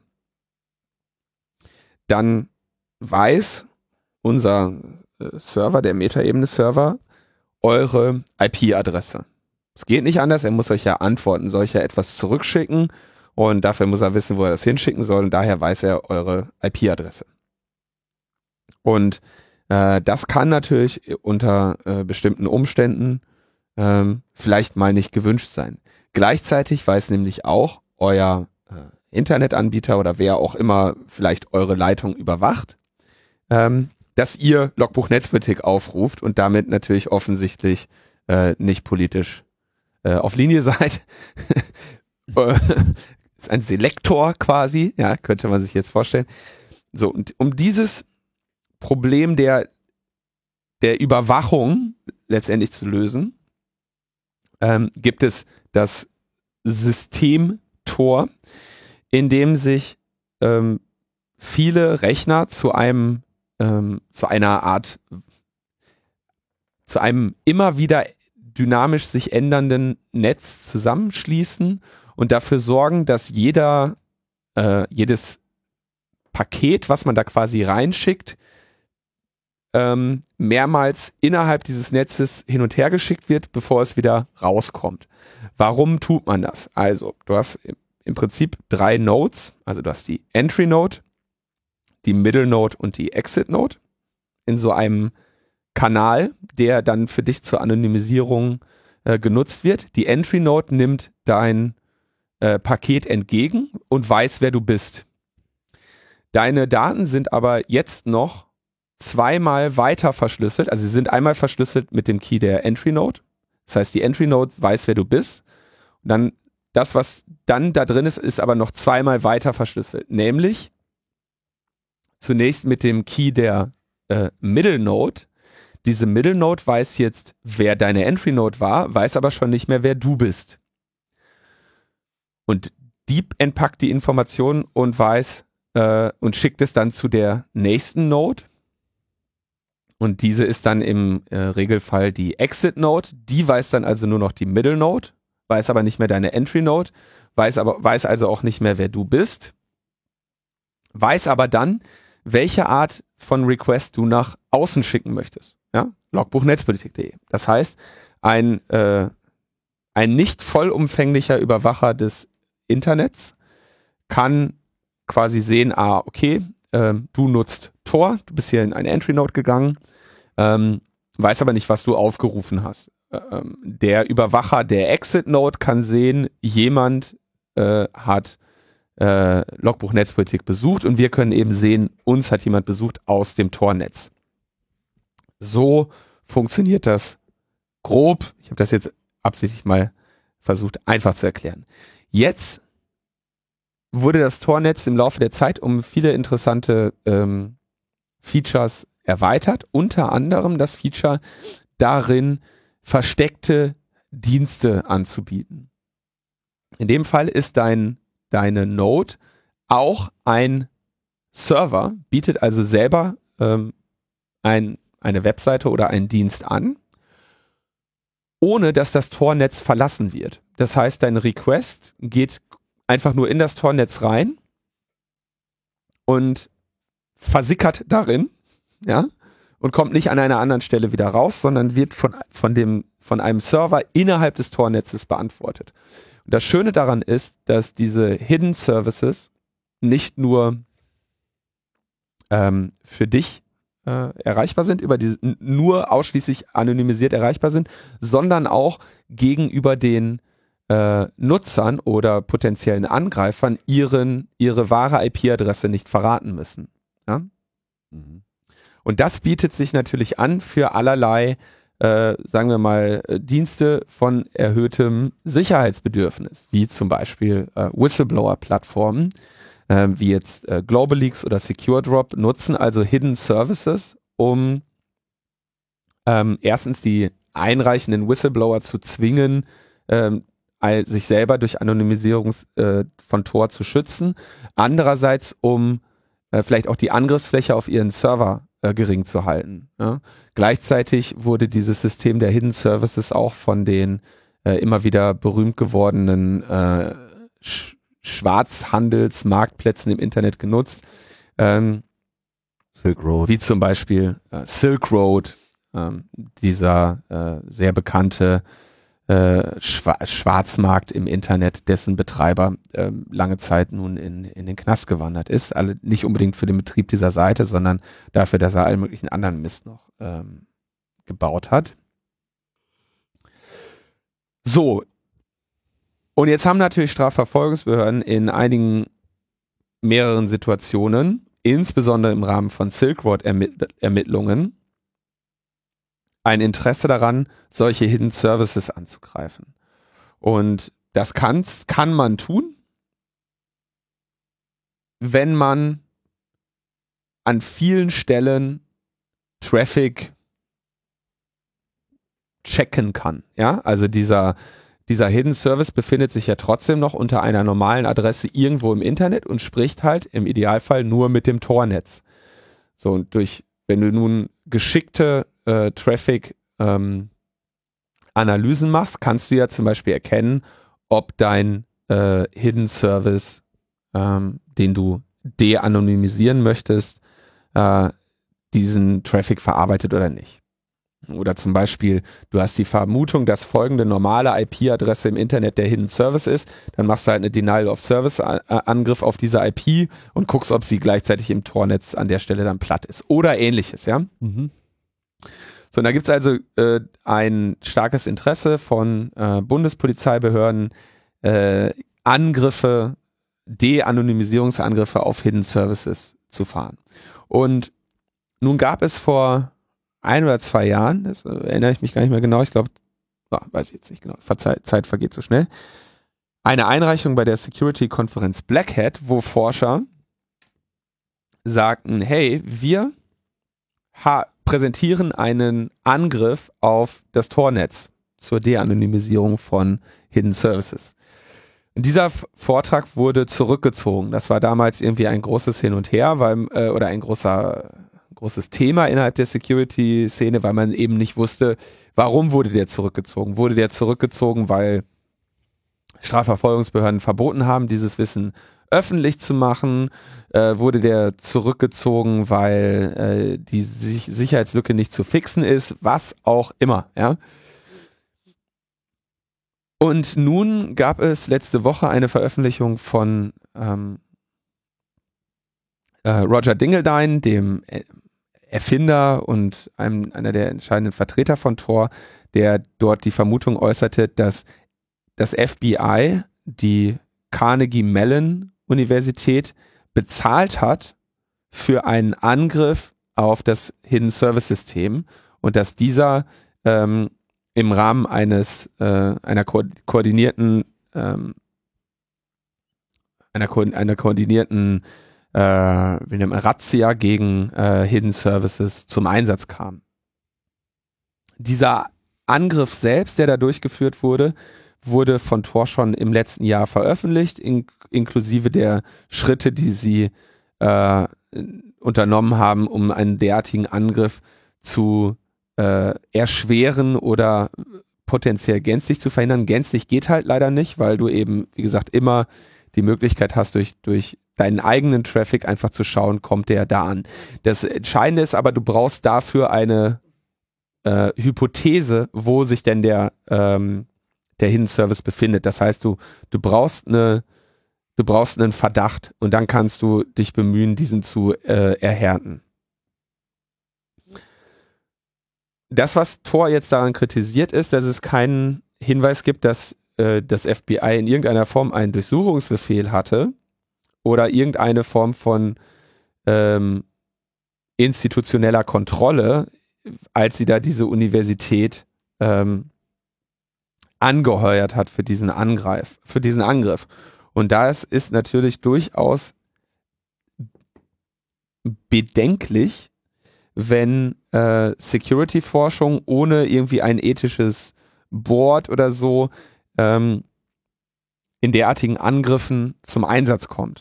dann weiß unser äh, Server, der Metaebene-Server, eure I P-Adresse. Es geht nicht anders, er muss euch ja antworten, soll ich ja etwas zurückschicken und dafür muss er wissen, wo er das hinschicken soll und daher weiß er eure I P-Adresse. Und äh, das kann natürlich unter äh, bestimmten Umständen ähm, vielleicht mal nicht gewünscht sein. Gleichzeitig weiß nämlich auch euer äh, Internetanbieter oder wer auch immer vielleicht eure Leitung überwacht, ähm, dass ihr Logbuch Netzpolitik aufruft und damit natürlich offensichtlich äh, nicht politisch äh, auf Linie seid. Ist ein Selektor quasi, ja, könnte man sich jetzt vorstellen. So, und um dieses Problem der, der Überwachung letztendlich zu lösen, ähm, gibt es das System Tor, in dem sich ähm, viele Rechner zu einem ähm, zu einer Art zu einem immer wieder dynamisch sich ändernden Netz zusammenschließen und dafür sorgen, dass jeder äh, jedes Paket, was man da quasi reinschickt, ähm, mehrmals innerhalb dieses Netzes hin und her geschickt wird, bevor es wieder rauskommt. Warum tut man das? Also, du hast im Prinzip drei Nodes, also du hast die Entry Node, die Middle Node und die Exit Node in so einem Kanal, der dann für dich zur Anonymisierung äh, genutzt wird. Die Entry Node nimmt dein äh, Paket entgegen und weiß, wer du bist. Deine Daten sind aber jetzt noch zweimal weiter verschlüsselt. Also sie sind einmal verschlüsselt mit dem Key der Entry Node. Das heißt, die Entry Node weiß, wer du bist. Und dann das, was dann da drin ist, ist aber noch zweimal weiter verschlüsselt. Nämlich zunächst mit dem Key der äh, Middle Node. Diese Middle Node weiß jetzt, wer deine Entry Node war, weiß aber schon nicht mehr, wer du bist. Und die entpackt die Information und weiß äh, und schickt es dann zu der nächsten Node. Und diese ist dann im äh, Regelfall die Exit Node. Die weiß dann also nur noch die Middle Node, weiß aber nicht mehr deine Entry Node, weiß aber weiß also auch nicht mehr, wer du bist, weiß aber dann, welche Art von Request du nach außen schicken möchtest. Ja? logbuch netzpolitik punkt de. Das heißt, ein, äh, ein nicht vollumfänglicher Überwacher des Internets kann quasi sehen, ah, okay, ähm, du nutzt Tor, du bist hier in eine Entry-Node gegangen, ähm, weiß aber nicht, was du aufgerufen hast. Ähm, der Überwacher der Exit-Node kann sehen, jemand äh, hat äh, Logbuch Netzpolitik besucht und wir können eben sehen, uns hat jemand besucht aus dem Tor-Netz. So funktioniert das grob. Ich habe das jetzt absichtlich mal versucht, einfach zu erklären. Jetzt wurde das Tor-Netz im Laufe der Zeit um viele interessante ähm, Features erweitert, unter anderem das Feature darin, versteckte Dienste anzubieten. In dem Fall ist dein, deine Node auch ein Server, bietet also selber ähm, ein, eine Webseite oder einen Dienst an, ohne dass das Tor-Netz verlassen wird. Das heißt, dein Request geht einfach nur in das Tor-Netz rein und versickert darin, ja, und kommt nicht an einer anderen Stelle wieder raus, sondern wird von, von, dem, von einem Server innerhalb des Tor-Netzes beantwortet. Und das Schöne daran ist, dass diese Hidden Services nicht nur ähm, für dich äh, erreichbar sind, über die, nur ausschließlich anonymisiert erreichbar sind, sondern auch gegenüber den äh, Nutzern oder potenziellen Angreifern ihren, ihre wahre I P-Adresse nicht verraten müssen. Ja? Mhm. Und das bietet sich natürlich an für allerlei, äh, sagen wir mal, Dienste von erhöhtem Sicherheitsbedürfnis, wie zum Beispiel äh, Whistleblower-Plattformen, äh, wie jetzt äh, GlobalLeaks oder SecureDrop, nutzen also Hidden Services, um ähm, erstens die einreichenden Whistleblower zu zwingen, ähm, sich selber durch Anonymisierung äh, von Tor zu schützen, andererseits um äh, vielleicht auch die Angriffsfläche auf ihren Server äh, gering zu halten. Ja? Gleichzeitig wurde dieses System der Hidden Services auch von den äh, immer wieder berühmt gewordenen äh, Sch- Schwarzhandelsmarktplätzen im Internet genutzt, ähm, Silk Road. Wie zum Beispiel äh, Silk Road, ähm, dieser äh, sehr bekannte äh, Schwa- Schwarzmarkt im Internet, dessen Betreiber äh, lange Zeit nun in, in den Knast gewandert ist. Alle nicht unbedingt für den Betrieb dieser Seite, sondern dafür, dass er allen möglichen anderen Mist noch ähm, gebaut hat. So. Und jetzt haben natürlich Strafverfolgungsbehörden in einigen mehreren Situationen, insbesondere im Rahmen von Silk Road Ermitt- Ermittlungen, ein Interesse daran, solche Hidden Services anzugreifen. Und das kann's, kann man tun, wenn man an vielen Stellen Traffic checken kann. Ja, also dieser, dieser Hidden Service befindet sich ja trotzdem noch unter einer normalen Adresse irgendwo im Internet und spricht halt im Idealfall nur mit dem Tor-Netz. So, und durch, wenn du nun geschickte äh, Traffic ähm, Analysen machst, kannst du ja zum Beispiel erkennen, ob dein äh, Hidden Service, ähm, den du de-anonymisieren möchtest, äh, diesen Traffic verarbeitet oder nicht. Oder zum Beispiel, du hast die Vermutung, dass folgende normale I P-Adresse im Internet der Hidden Service ist, dann machst du halt eine Denial-of-Service-Angriff auf diese I P und guckst, ob sie gleichzeitig im Tornetz an der Stelle dann platt ist. Oder ähnliches, ja. Mhm. So, und da gibt's also äh, ein starkes Interesse von äh, Bundespolizeibehörden, äh, Angriffe, De-Anonymisierungsangriffe auf Hidden Services zu fahren. Und nun gab es vor ein oder zwei Jahren, das erinnere ich mich gar nicht mehr genau, ich glaube, oh, weiß ich jetzt nicht genau, Verze- Zeit vergeht so schnell, eine Einreichung bei der Security-Konferenz Black Hat, wo Forscher sagten, hey, wir ha- präsentieren einen Angriff auf das Tornetz zur De-Anonymisierung von Hidden Services. Und dieser F- Vortrag wurde zurückgezogen. Das war damals irgendwie ein großes Hin und Her, weil, äh, oder ein großer großes Thema innerhalb der Security-Szene, weil man eben nicht wusste, warum wurde der zurückgezogen. Wurde der zurückgezogen, weil Strafverfolgungsbehörden verboten haben, dieses Wissen öffentlich zu machen? Äh, wurde der zurückgezogen, weil äh, die Sich- Sicherheitslücke nicht zu fixen ist? Was auch immer, ja. Und nun gab es letzte Woche eine Veröffentlichung von ähm, äh, Roger Dingledine, dem Erfinder und einem, einer der entscheidenden Vertreter von Tor, der dort die Vermutung äußerte, dass das F B I die Carnegie Mellon Universität bezahlt hat für einen Angriff auf das Hidden Service System und dass dieser ähm, im Rahmen eines äh, einer ko koordinierten ähm, einer, ko einer koordinierten äh, wie nennt man, Razzia gegen äh, Hidden Services zum Einsatz kam. Dieser Angriff selbst, der da durchgeführt wurde, wurde von Tor schon im letzten Jahr veröffentlicht, in, inklusive der Schritte, die sie äh, unternommen haben, um einen derartigen Angriff zu äh, erschweren oder potenziell gänzlich zu verhindern. Gänzlich geht halt leider nicht, weil du eben, wie gesagt, immer die Möglichkeit hast, durch, durch deinen eigenen Traffic einfach zu schauen, kommt der da an. Das Entscheidende ist aber, du brauchst dafür eine äh, Hypothese, wo sich denn der ähm, der Hidden Service befindet. Das heißt, du du brauchst eine du brauchst einen Verdacht und dann kannst du dich bemühen, diesen zu äh, erhärten. Das, was Tor jetzt daran kritisiert, ist, dass es keinen Hinweis gibt, dass äh, das F B I in irgendeiner Form einen Durchsuchungsbefehl hatte oder irgendeine Form von ähm, institutioneller Kontrolle, als sie da diese Universität ähm, angeheuert hat für diesen Angreif, für diesen Angriff. Und das ist natürlich durchaus bedenklich, wenn äh, Security-Forschung ohne irgendwie ein ethisches Board oder so ähm, in derartigen Angriffen zum Einsatz kommt.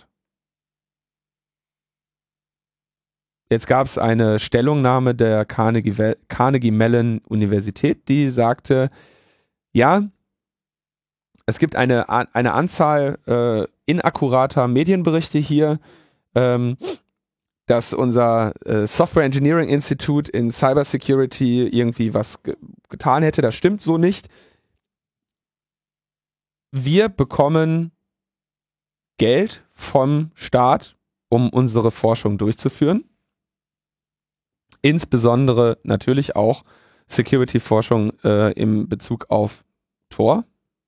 Jetzt gab es eine Stellungnahme der Carnegie, Carnegie Mellon Universität, die sagte, ja, es gibt eine, eine Anzahl äh, inakkurater Medienberichte hier, ähm, dass unser äh, Software Engineering Institute in Cybersecurity irgendwie was ge getan hätte. Das stimmt so nicht. Wir bekommen Geld vom Staat, um unsere Forschung durchzuführen. Insbesondere natürlich auch Security-Forschung äh, im Bezug auf Tor.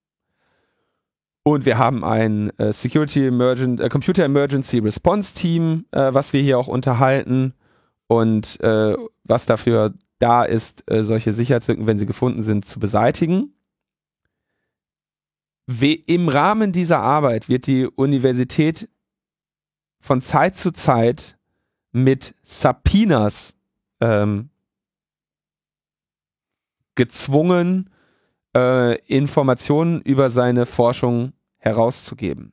Und wir haben ein äh, Security Emergent, äh, Computer Emergency Response Team, äh, was wir hier auch unterhalten und äh, was dafür da ist, äh, solche Sicherheitslücken, wenn sie gefunden sind, zu beseitigen. We Im Rahmen dieser Arbeit wird die Universität von Zeit zu Zeit mit Subpoenas ähm, gezwungen, äh, Informationen über seine Forschung herauszugeben.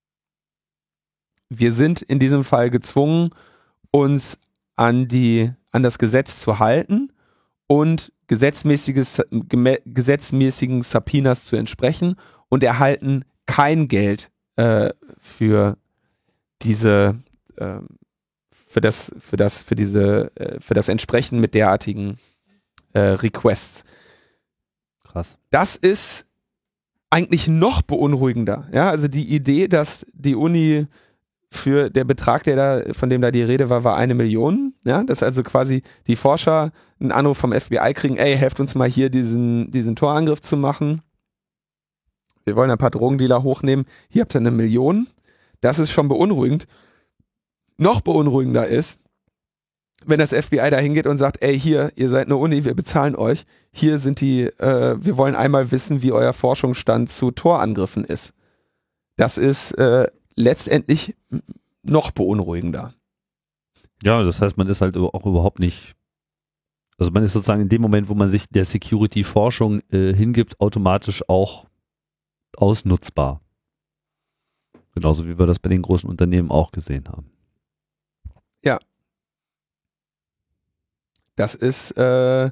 Wir sind in diesem Fall gezwungen, uns an die, an das Gesetz zu halten und gesetzmäßiges, gesetzmäßigen Subpoenas zu entsprechen und erhalten kein Geld äh, für diese, äh, für das, für das, für diese, äh, für das Entsprechen mit derartigen äh, Requests. Krass. Das ist eigentlich noch beunruhigender. Ja, also die Idee, dass die Uni für der Betrag, der da, von dem da die Rede war, war eine Million. Ja, dass also quasi die Forscher einen Anruf vom F B I kriegen, ey, helft uns mal hier diesen, diesen Torangriff zu machen. Wir wollen ein paar Drogendealer hochnehmen. Hier habt ihr eine Million. Das ist schon beunruhigend. Noch beunruhigender ist, wenn das F B I da hingeht und sagt, ey, hier, ihr seid eine Uni, wir bezahlen euch. Hier sind die, äh, wir wollen einmal wissen, wie euer Forschungsstand zu Torangriffen ist. Das ist äh, letztendlich noch beunruhigender. Ja, das heißt, man ist halt auch überhaupt nicht, also man ist sozusagen in dem Moment, wo man sich der Security-Forschung äh, hingibt, automatisch auch ausnutzbar. Genauso wie wir das bei den großen Unternehmen auch gesehen haben. Ja. Das ist, äh,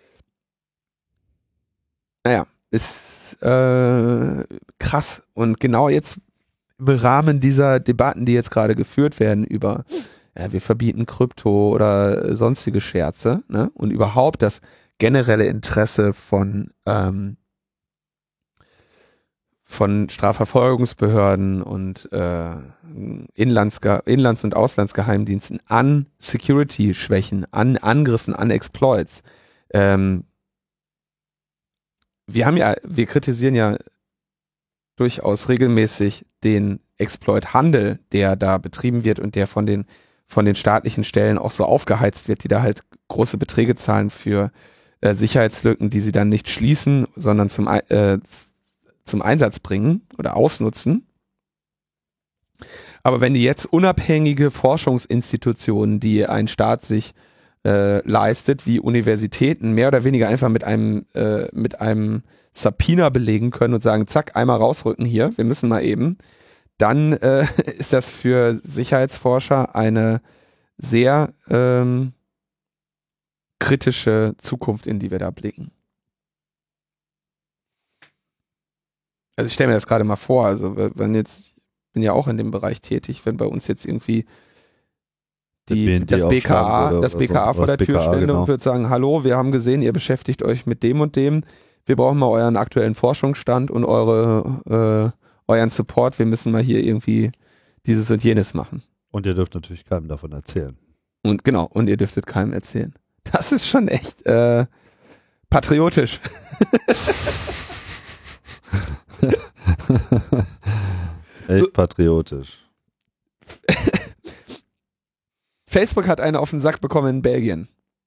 naja, ist äh, krass. Und genau jetzt im Rahmen dieser Debatten, die jetzt gerade geführt werden über, ja, wir verbieten Krypto oder sonstige Scherze, ne? Und überhaupt das generelle Interesse von ähm, von Strafverfolgungsbehörden und äh, Inlandsge- Inlands- und Auslandsgeheimdiensten an Security-Schwächen, an Angriffen, an Exploits. Ähm, wir haben ja, wir kritisieren ja durchaus regelmäßig den Exploit-Handel, der da betrieben wird und der von den von den staatlichen Stellen auch so aufgeheizt wird, die da halt große Beträge zahlen für äh, Sicherheitslücken, die sie dann nicht schließen, sondern zum äh, zum Einsatz bringen oder ausnutzen. Aber wenn die jetzt unabhängige Forschungsinstitutionen, die ein Staat sich äh, leistet, wie Universitäten, mehr oder weniger einfach mit einem äh, mit einem Subpoena belegen können und sagen, zack, einmal rausrücken hier, wir müssen mal eben, dann äh, ist das für Sicherheitsforscher eine sehr ähm, kritische Zukunft, in die wir da blicken. Also ich stelle mir das gerade mal vor, also wenn jetzt, ich bin ja auch in dem Bereich tätig, wenn bei uns jetzt irgendwie die, das B K A, oder, das B K A vor der Tür stände genau. und würde sagen, hallo, wir haben gesehen, ihr beschäftigt euch mit dem und dem, wir brauchen mal euren aktuellen Forschungsstand und eure, äh, euren Support, wir müssen mal hier irgendwie dieses und jenes machen. Und ihr dürft natürlich keinem davon erzählen. Und genau, und ihr dürftet keinem erzählen. Das ist schon echt äh, patriotisch. Echt patriotisch. Facebook hat eine auf den Sack bekommen in Belgien.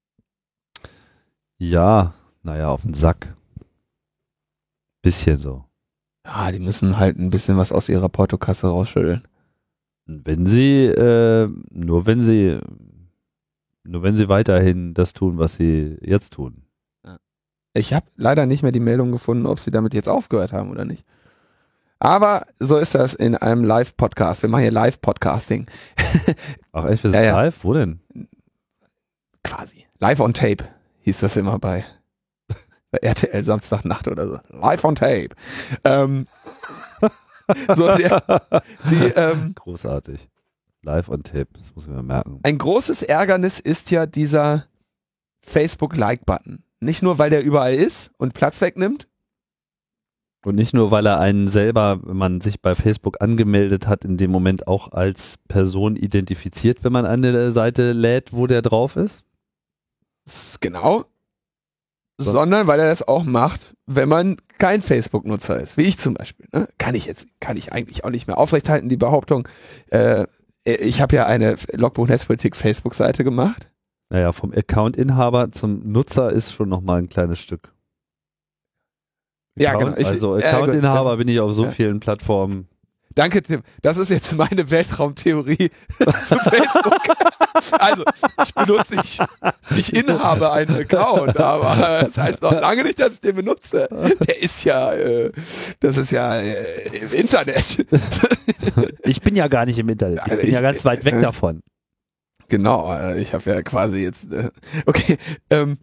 Ja, naja, auf den Sack. Bisschen so. Ja, die müssen halt ein bisschen was aus ihrer Portokasse rausschütteln. Wenn sie, äh, nur wenn sie, nur wenn sie weiterhin das tun, was sie jetzt tun. Ich habe leider nicht mehr die Meldung gefunden, ob sie damit jetzt aufgehört haben oder nicht. Aber so ist das in einem Live-Podcast. Wir machen hier Live-Podcasting. Ach echt, wir sind ja, ja. live? Wo denn? Quasi. Live on Tape hieß das immer bei, bei R T L Samstagnacht oder so. Live on Tape. Ähm, so der, die, ähm, Großartig. Live on Tape, das muss ich mir merken. Ein großes Ärgernis ist ja dieser Facebook-Like-Button. Nicht nur, weil der überall ist und Platz wegnimmt. Und nicht nur, weil er einen selber, wenn man sich bei Facebook angemeldet hat, in dem Moment auch als Person identifiziert, wenn man eine Seite lädt, wo der drauf ist. Genau. So. Sondern weil er das auch macht, wenn man kein Facebook-Nutzer ist, wie ich zum Beispiel. Ne? Kann ich jetzt, kann ich eigentlich auch nicht mehr aufrechthalten, die Behauptung. Äh, ich habe ja eine Logbuch Netzpolitik Facebook-Seite gemacht. Naja, vom Account-Inhaber zum Nutzer ist schon nochmal ein kleines Stück. Account, ja, genau. Ich, also Account-Inhaber äh, bin ich auf so ja. vielen Plattformen. Danke, Tim. Das ist jetzt meine Weltraumtheorie zu Facebook. Also, ich benutze, ich, ich inhabe einen Account, aber das heißt noch lange nicht, dass ich den benutze. Der ist ja, äh, das ist ja äh, im Internet. Ich bin ja gar nicht im Internet. Ich also bin ich, ja ganz weit weg äh, davon. Genau, äh, ich habe ja quasi jetzt, äh, okay, ähm,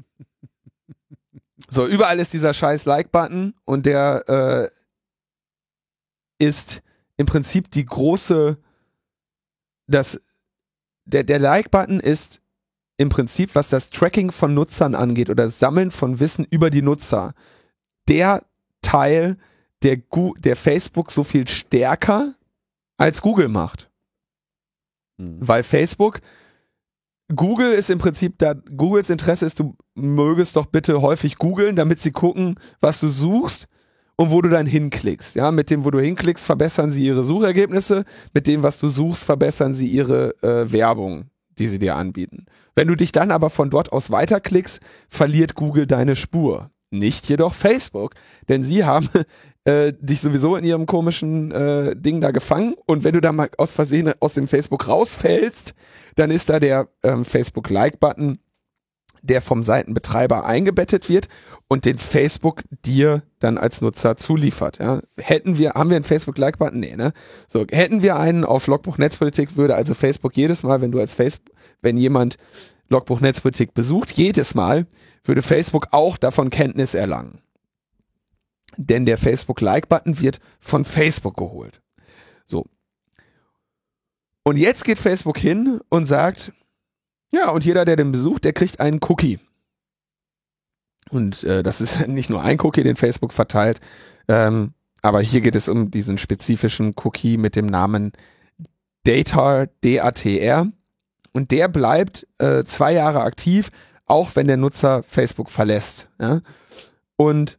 so, überall ist dieser scheiß Like-Button und der äh, ist im Prinzip die große, das, der, der Like-Button ist im Prinzip, was das Tracking von Nutzern angeht oder das Sammeln von Wissen über die Nutzer, der Teil, der, Gu- der Facebook so viel stärker als Google macht. Hm. Weil Facebook, Google ist im Prinzip da, Googles Interesse ist, du mögest doch bitte häufig googeln, damit sie gucken, was du suchst und wo du dann hinklickst. Ja, mit dem, wo du hinklickst, verbessern sie ihre Suchergebnisse, mit dem, was du suchst, verbessern sie ihre äh, Werbung, die sie dir anbieten. Wenn du dich dann aber von dort aus weiterklickst, verliert Google deine Spur. Nicht jedoch Facebook, denn sie haben äh, dich sowieso in ihrem komischen äh, Ding da gefangen und wenn du da mal aus Versehen aus dem Facebook rausfällst, dann ist da der ähm, Facebook-Like-Button, der vom Seitenbetreiber eingebettet wird und den Facebook dir dann als Nutzer zuliefert. Ja. Hätten wir, haben wir einen Facebook-Like-Button? Nee, ne? So, hätten wir einen auf Logbuch Netzpolitik, würde also Facebook jedes Mal, wenn du als Facebook, wenn jemand Logbuch Netzpolitik besucht, jedes Mal würde Facebook auch davon Kenntnis erlangen. Denn der Facebook-Like-Button wird von Facebook geholt. So. Und jetzt geht Facebook hin und sagt, ja, und jeder, der den besucht, der kriegt einen Cookie. Und äh, das ist nicht nur ein Cookie, den Facebook verteilt. Ähm, aber hier geht es um diesen spezifischen Cookie mit dem Namen Datar, D A T R. Und der bleibt äh, zwei Jahre aktiv, auch wenn der Nutzer Facebook verlässt. Ja? Und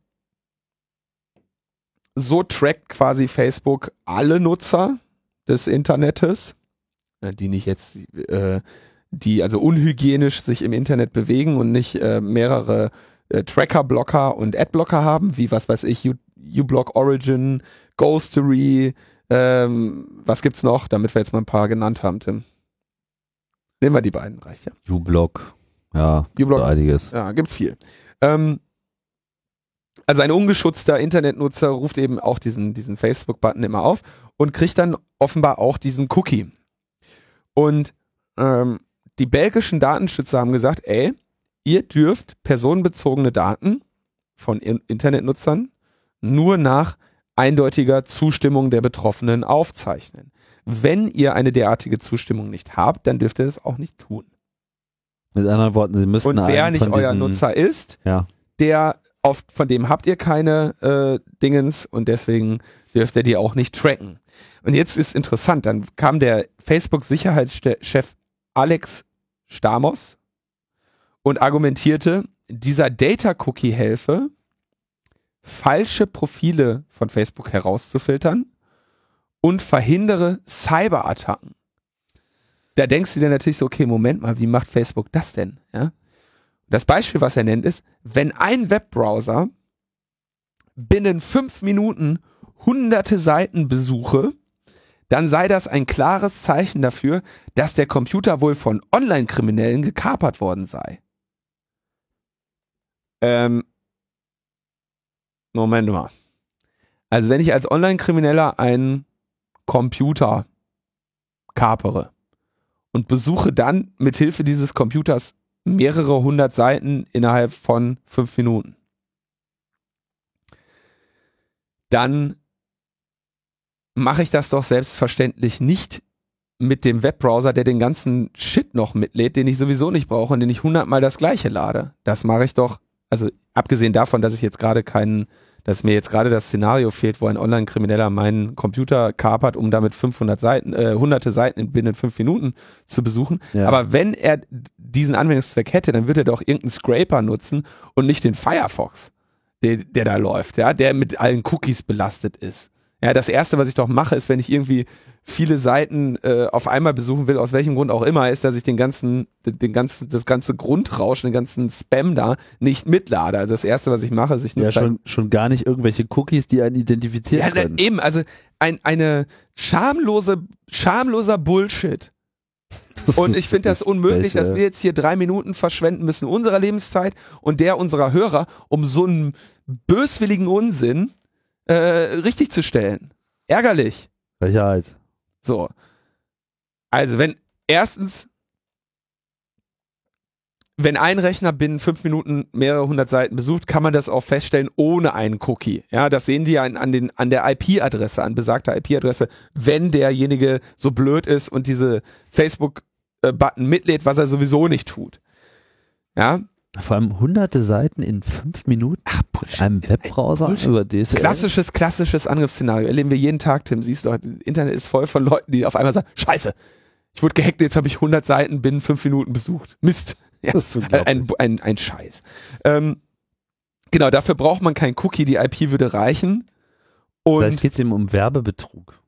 so trackt quasi Facebook alle Nutzer des Internets, die nicht jetzt, äh, die also unhygienisch sich im Internet bewegen und nicht äh, mehrere äh, Tracker-Blocker und Adblocker haben, wie was weiß ich, uBlock Origin, Ghostery, ähm, was gibt's noch, damit wir jetzt mal ein paar genannt haben, Tim. Nehmen wir die beiden, reicht ja. uBlock, ja, uBlock, einiges. Ja, gibt viel. Ähm, also ein ungeschützter Internetnutzer ruft eben auch diesen, diesen Facebook-Button immer auf und kriegt dann offenbar auch diesen Cookie. Und ähm, die belgischen Datenschützer haben gesagt, ey, ihr dürft personenbezogene Daten von Internetnutzern nur nach eindeutiger Zustimmung der Betroffenen aufzeichnen. Wenn ihr eine derartige Zustimmung nicht habt, dann dürft ihr das auch nicht tun. Mit anderen Worten, sie müssten Und wer nicht von euer diesen, Nutzer ist, ja. der auf, von dem habt ihr keine äh, Dingens und deswegen dürft ihr die auch nicht tracken. Und jetzt ist interessant, dann kam der Facebook-Sicherheitschef Alex Stamos und argumentierte, dieser Data-Cookie helfe, falsche Profile von Facebook herauszufiltern und verhindere Cyberattacken. Da denkst du dir natürlich so, okay, Moment mal, wie macht Facebook das denn? Ja? Das Beispiel, was er nennt, ist, wenn ein Webbrowser binnen fünf Minuten hunderte Seiten besuche, dann sei das ein klares Zeichen dafür, dass der Computer wohl von Online-Kriminellen gekapert worden sei. Ähm, Moment mal. Also wenn ich als Online-Krimineller einen Computer kapere und besuche dann mithilfe dieses Computers mehrere hundert Seiten innerhalb von fünf Minuten, dann mache ich das doch selbstverständlich nicht mit dem Webbrowser, der den ganzen Shit noch mitlädt, den ich sowieso nicht brauche und den ich hundertmal das gleiche lade. Das mache ich doch, also abgesehen davon, dass ich jetzt gerade keinen, dass mir jetzt gerade das Szenario fehlt, wo ein Online-Krimineller meinen Computer kapert, um damit fünfhundert Seiten, äh, hunderte Seiten in binnen fünf Minuten zu besuchen. Ja. Aber wenn er diesen Anwendungszweck hätte, dann würde er doch irgendeinen Scraper nutzen und nicht den Firefox, der, der da läuft, ja, der mit allen Cookies belastet ist. Ja, das erste, was ich doch mache, ist, wenn ich irgendwie viele Seiten äh, auf einmal besuchen will, aus welchem Grund auch immer, ist, dass ich den ganzen, den ganzen, das ganze Grundrauschen, den ganzen Spam da nicht mitlade. Also das erste, was ich mache, ist, ich nutze ja schon, halt schon gar nicht irgendwelche Cookies, die einen identifizieren ja, können. Eben, also ein, eine schamlose, schamloser Bullshit. Und ich finde das unmöglich, dass wir jetzt hier drei Minuten verschwenden müssen unserer Lebenszeit und der unserer Hörer, um so einen böswilligen Unsinn äh, richtig zu stellen. Ärgerlich. Frechheit. So. Also wenn, erstens, wenn ein Rechner binnen fünf Minuten mehrere hundert Seiten besucht, kann man das auch feststellen ohne einen Cookie. Ja, das sehen die ja an, an, den, an der I P-Adresse, an besagter I P-Adresse, wenn derjenige so blöd ist und diese Facebook-Button mitlädt, was er sowieso nicht tut. Ja. Vor allem hunderte Seiten in fünf Minuten Ach, Bullshit. Einem Webbrowser über D S L. Klassisches, klassisches Angriffsszenario. Erleben wir jeden Tag, Tim. Siehst du, das Internet ist voll von Leuten, die auf einmal sagen, Scheiße, ich wurde gehackt, jetzt habe ich hundert Seiten binnen fünf Minuten besucht. Mist. Ja, das ist ein, ein, ein Scheiß. Ähm, genau, dafür braucht man kein Cookie, die I P würde reichen. Und vielleicht geht es eben um Werbebetrug.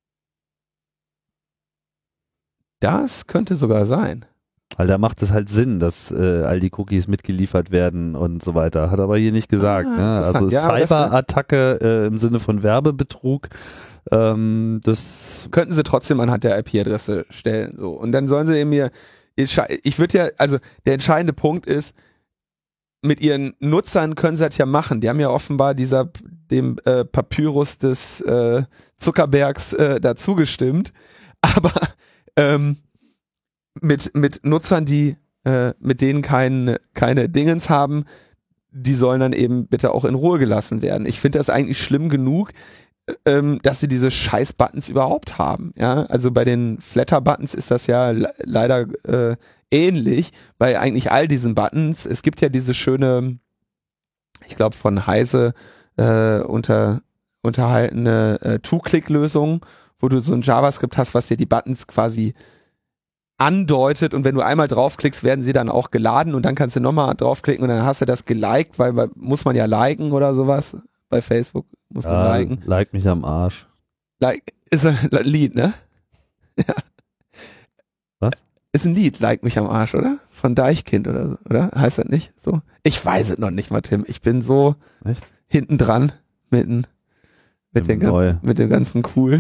Das könnte sogar sein. Weil da macht es halt Sinn, dass äh, all die Cookies mitgeliefert werden und so weiter. Hat aber hier nicht gesagt. Ah, ne? Also ja, Cyberattacke äh, im Sinne von Werbebetrug, ähm, das könnten sie trotzdem anhand der I P-Adresse stellen. So. Und dann sollen sie eben mir, ich würde ja, also der entscheidende Punkt ist, mit ihren Nutzern können sie das ja machen. Die haben ja offenbar dieser dem äh, Papyrus des äh, Zuckerbergs äh, dazu gestimmt. Aber ähm, mit mit Nutzern, die äh, mit denen kein, keine Dingens haben, die sollen dann eben bitte auch in Ruhe gelassen werden. Ich finde das eigentlich schlimm genug, ähm, dass sie diese Scheiß-Buttons überhaupt haben. Ja, also bei den Flatter-Buttons ist das ja le- leider äh, ähnlich. Bei eigentlich all diesen Buttons. Es gibt ja diese schöne, ich glaube von Heise äh, unter unterhaltene äh, Two-Click-Lösung, wo du so ein JavaScript hast, was dir die Buttons quasi andeutet und wenn du einmal draufklickst, werden sie dann auch geladen und dann kannst du nochmal draufklicken und dann hast du das geliked, weil, weil muss man ja liken oder sowas. Bei Facebook muss man ja, liken. Like mich am Arsch. Like, ist ein Lied, ne? Ja. Was? Ist ein Lied, Like mich am Arsch, oder? Von Deichkind oder so, oder? Heißt das nicht so? Ich weiß es noch nicht mal, Tim. Ich bin so Echt? hinten dran mit, mit, den ganzen, mit dem ganzen Cool.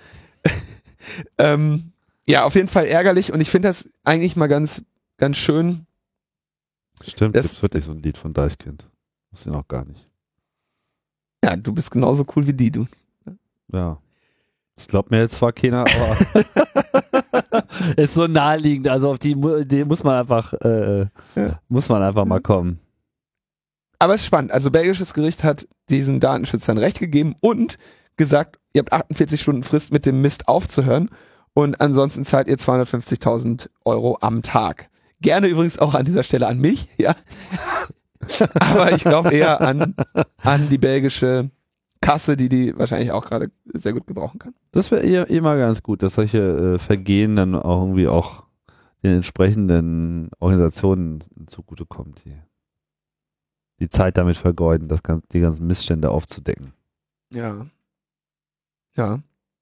ähm, ja, auf jeden Fall ärgerlich und ich finde das eigentlich mal ganz, ganz schön. Stimmt, das ist wirklich so ein Lied von Deichkind. Wusste ich noch gar nicht. Ja, du bist genauso cool wie die, du. Ja. Das glaubt mir jetzt zwar keiner, aber ist so naheliegend. Also auf die, die muss man einfach, äh, ja. muss man einfach mal kommen. Aber es ist spannend. Also belgisches Gericht hat diesen Datenschützern Recht gegeben und gesagt, ihr habt achtundvierzig Stunden Frist mit dem Mist aufzuhören und ansonsten zahlt ihr zweihundertfünfzigtausend Euro am Tag. Gerne übrigens auch an dieser Stelle an mich, ja. Aber ich glaube eher an, an die belgische Kasse, die die wahrscheinlich auch gerade sehr gut gebrauchen kann. Das wäre eher immer ganz gut, dass solche äh, Vergehen dann auch irgendwie auch den entsprechenden Organisationen zugutekommt, die die Zeit damit vergeuden, das, die ganzen Missstände aufzudecken. Ja. Ja.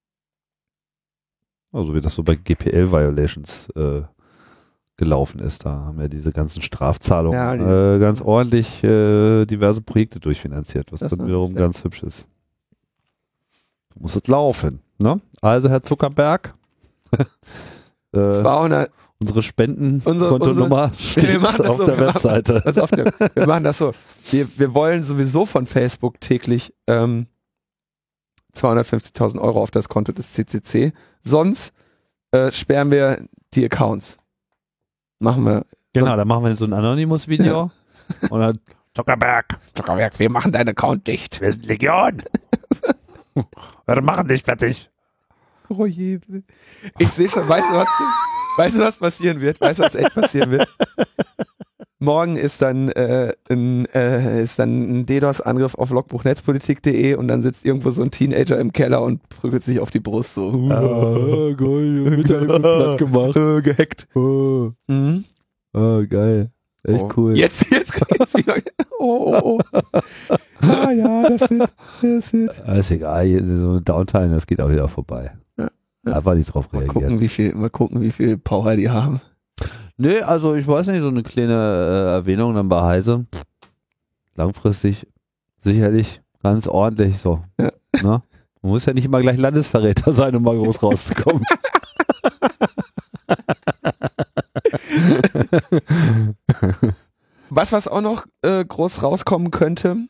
Also wie das so bei G P L-Violations äh, gelaufen ist. Da haben ja diese ganzen Strafzahlungen ja, die, äh, ganz ordentlich äh, diverse Projekte durchfinanziert, was dann wiederum schlecht. ganz hübsch ist. Muss es laufen, ne? Also Herr Zuckerberg, äh, zweihundert unsere Spendenkontonummer steht auf so, der wir Webseite. Machen, also auf der, wir machen das so. Wir, wir wollen sowieso von Facebook täglich ähm, zweihundertfünfzigtausend Euro auf das Konto des C C C. Sonst äh, sperren wir die Accounts. Machen wir. Genau, dann machen wir so ein Anonymous-Video. Ja. Und dann Zuckerberg, Zuckerberg, wir machen deinen Account dicht. Wir sind Legion. Wir machen dich fertig. Oh je. Ich sehe schon, weißt du was, weißt du was passieren wird? Weißt du was echt passieren wird? Morgen ist dann äh, ein, äh, ist dann ein DDoS-Angriff auf logbuchnetzpolitik punkt de und dann sitzt irgendwo so ein Teenager im Keller und prügelt sich auf die Brust so. Oh, geil, platt gemacht. Äh, gehackt. Oh. Mhm. Oh, geil. Echt oh. cool. Jetzt, jetzt geht's wieder. Oh, oh, oh. Ah ja, das wird, das wird. Ist egal, so ein Downtime, das geht auch wieder vorbei. Ja, ja. Einfach nicht drauf mal reagieren. Gucken, wie viel, mal gucken, wie viel Power die haben. Nee, also ich weiß nicht, so eine kleine äh, Erwähnung dann bei Heise. Langfristig sicherlich ganz ordentlich so. Ja. Ne? Man muss ja nicht immer gleich Landesverräter sein, um mal groß rauszukommen. Was, was auch noch äh, groß rauskommen könnte,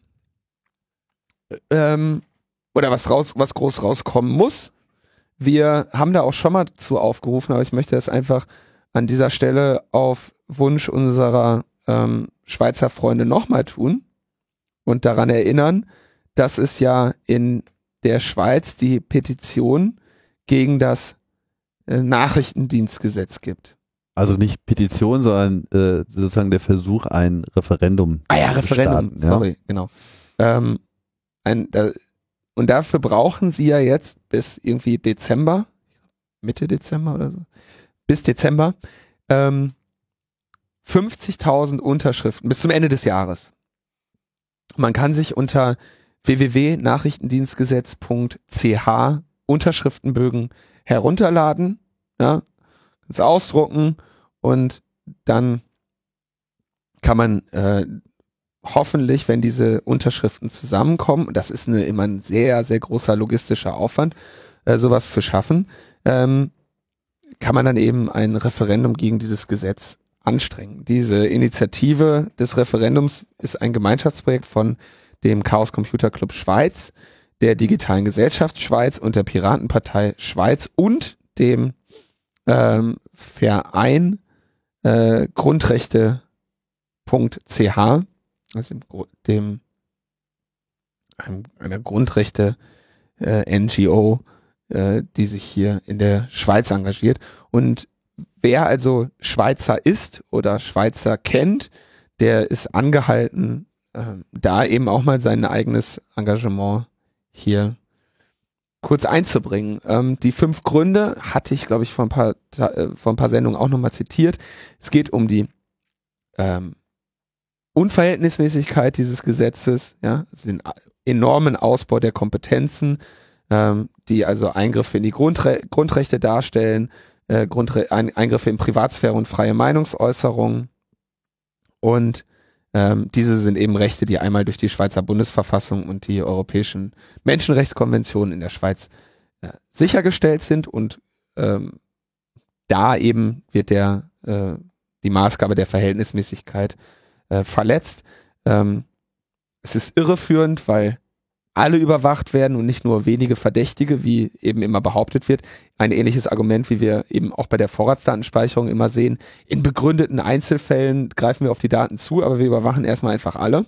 ähm, oder was raus, was groß rauskommen muss, wir haben da auch schon mal zu aufgerufen, aber ich möchte das einfach an dieser Stelle auf Wunsch unserer ähm, Schweizer Freunde nochmal tun und daran erinnern, dass es ja in der Schweiz die Petition gegen das äh, Nachrichtendienstgesetz gibt. Also nicht Petition, sondern äh, sozusagen der Versuch, ein Referendum ah, ja, zu Referendum, starten. Ja? Sorry, genau. Ähm, ein, da, und dafür brauchen sie ja jetzt bis irgendwie Dezember, Mitte Dezember oder so, bis Dezember, ähm, fünfzigtausend Unterschriften bis zum Ende des Jahres. Man kann sich unter w w w punkt nachrichtendienstgesetz punkt c h Unterschriftenbögen herunterladen, ja, kannst ausdrucken und dann kann man äh, hoffentlich, wenn diese Unterschriften zusammenkommen, das ist eine, immer ein sehr, sehr großer logistischer Aufwand, äh, sowas zu schaffen, ähm, kann man dann eben ein Referendum gegen dieses Gesetz anstrengen. Diese Initiative des Referendums ist ein Gemeinschaftsprojekt von dem Chaos Computer Club Schweiz, der Digitalen Gesellschaft Schweiz und der Piratenpartei Schweiz und dem ähm, Verein äh, Grundrechte punkt c h, also dem, dem einem, einer Grundrechte äh, N G O, äh, die sich hier in der Schweiz engagiert. Und wer also Schweizer ist oder Schweizer kennt, der ist angehalten, äh, da eben auch mal sein eigenes Engagement hier kurz einzubringen. Ähm, die fünf Gründe hatte ich, glaube ich, vor ein paar, äh, vor ein paar Sendungen auch nochmal zitiert. Es geht um die ähm, Unverhältnismäßigkeit dieses Gesetzes, ja, also den enormen Ausbau der Kompetenzen, ähm, die also Eingriffe in die Grundre- Grundrechte darstellen, äh, Grundre- Ein- Eingriffe in Privatsphäre und freie Meinungsäußerung. Und ähm, diese sind eben Rechte, die einmal durch die Schweizer Bundesverfassung und die europäischen Menschenrechtskonventionen in der Schweiz äh, sichergestellt sind. Und ähm, da eben wird der äh, die Maßgabe der Verhältnismäßigkeit äh, verletzt. Ähm, es ist irreführend, weil alle überwacht werden und nicht nur wenige Verdächtige, wie eben immer behauptet wird. Ein ähnliches Argument, wie wir eben auch bei der Vorratsdatenspeicherung immer sehen. In begründeten Einzelfällen greifen wir auf die Daten zu, aber wir überwachen erstmal einfach alle.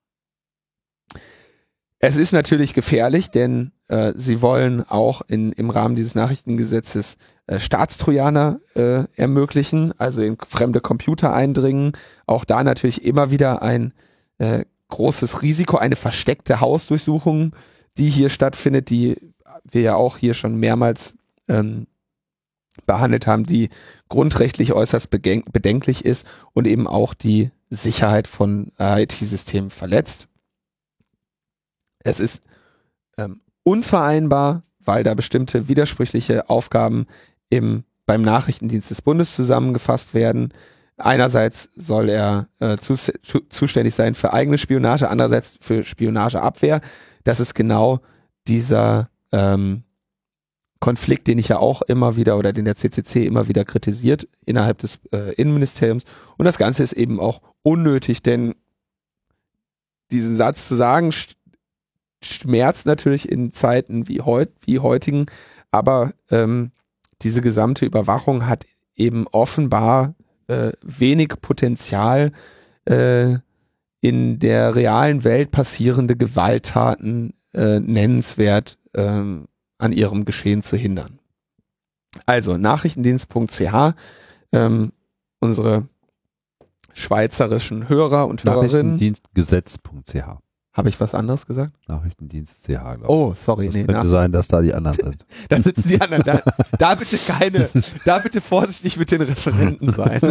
Es ist natürlich gefährlich, denn äh, sie wollen auch in, im Rahmen dieses Nachrichtengesetzes äh, Staatstrojaner äh, ermöglichen, also in fremde Computer eindringen. Auch da natürlich immer wieder ein äh, großes Risiko, eine versteckte Hausdurchsuchung, die hier stattfindet, die wir ja auch hier schon mehrmals ähm, behandelt haben, die grundrechtlich äußerst bedenklich ist und eben auch die Sicherheit von äh, I T-Systemen verletzt. Es ist ähm, unvereinbar, weil da bestimmte widersprüchliche Aufgaben im, beim Nachrichtendienst des Bundes zusammengefasst werden. Einerseits soll er äh, zu, zu, zuständig sein für eigene Spionage, andererseits für Spionageabwehr. Das ist genau dieser ähm, Konflikt, den ich ja auch immer wieder oder den der C C C immer wieder kritisiert innerhalb des äh, Innenministeriums. Und das Ganze ist eben auch unnötig, denn diesen Satz zu sagen sch- schmerzt natürlich in Zeiten wie, heut, wie heutigen, aber ähm, diese gesamte Überwachung hat eben offenbar Äh, wenig Potenzial, äh, in der realen Welt passierende Gewalttaten äh, nennenswert ähm, an ihrem Geschehen zu hindern. Also nachrichtendienst punkt c h, ähm, unsere schweizerischen Hörer und Hörerinnen. Nachrichtendienstgesetz punkt c h. Habe ich was anderes gesagt? Nachrichtendienst punkt c h, glaube ich. Oh, sorry. Das nee, könnte nach- sein, dass da die anderen sind. Da sitzen die anderen. Da, da bitte keine, da bitte vorsichtig mit den Referenten sein.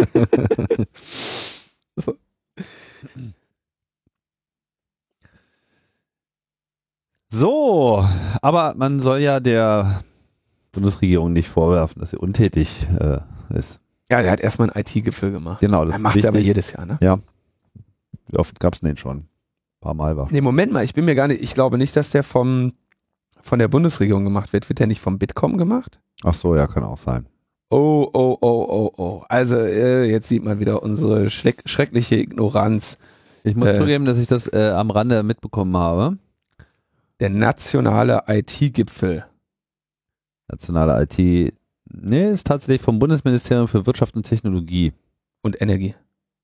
So. So, aber man soll ja der Bundesregierung nicht vorwerfen, dass sie untätig äh, ist. Ja, er hat erstmal einen I T-Gipfel gemacht. Genau, das Er ist macht es aber wichtig. jedes Jahr, ne? Ja. Wie oft gab es den schon? Ein paar Mal war. Nee, Moment mal, ich bin mir gar nicht, ich glaube nicht, dass der vom, von der Bundesregierung gemacht wird. Wird der nicht vom Bitkom gemacht? Ach so, ja, kann auch sein. Oh, oh, oh, oh, oh. Also, äh, jetzt sieht man wieder unsere schreck- schreckliche Ignoranz. Ich muss Äh. zugeben, dass ich das äh, am Rande mitbekommen habe. Der nationale I T-Gipfel. Nationale I T. Nee, ist tatsächlich vom Bundesministerium für Wirtschaft und Technologie. Und Energie.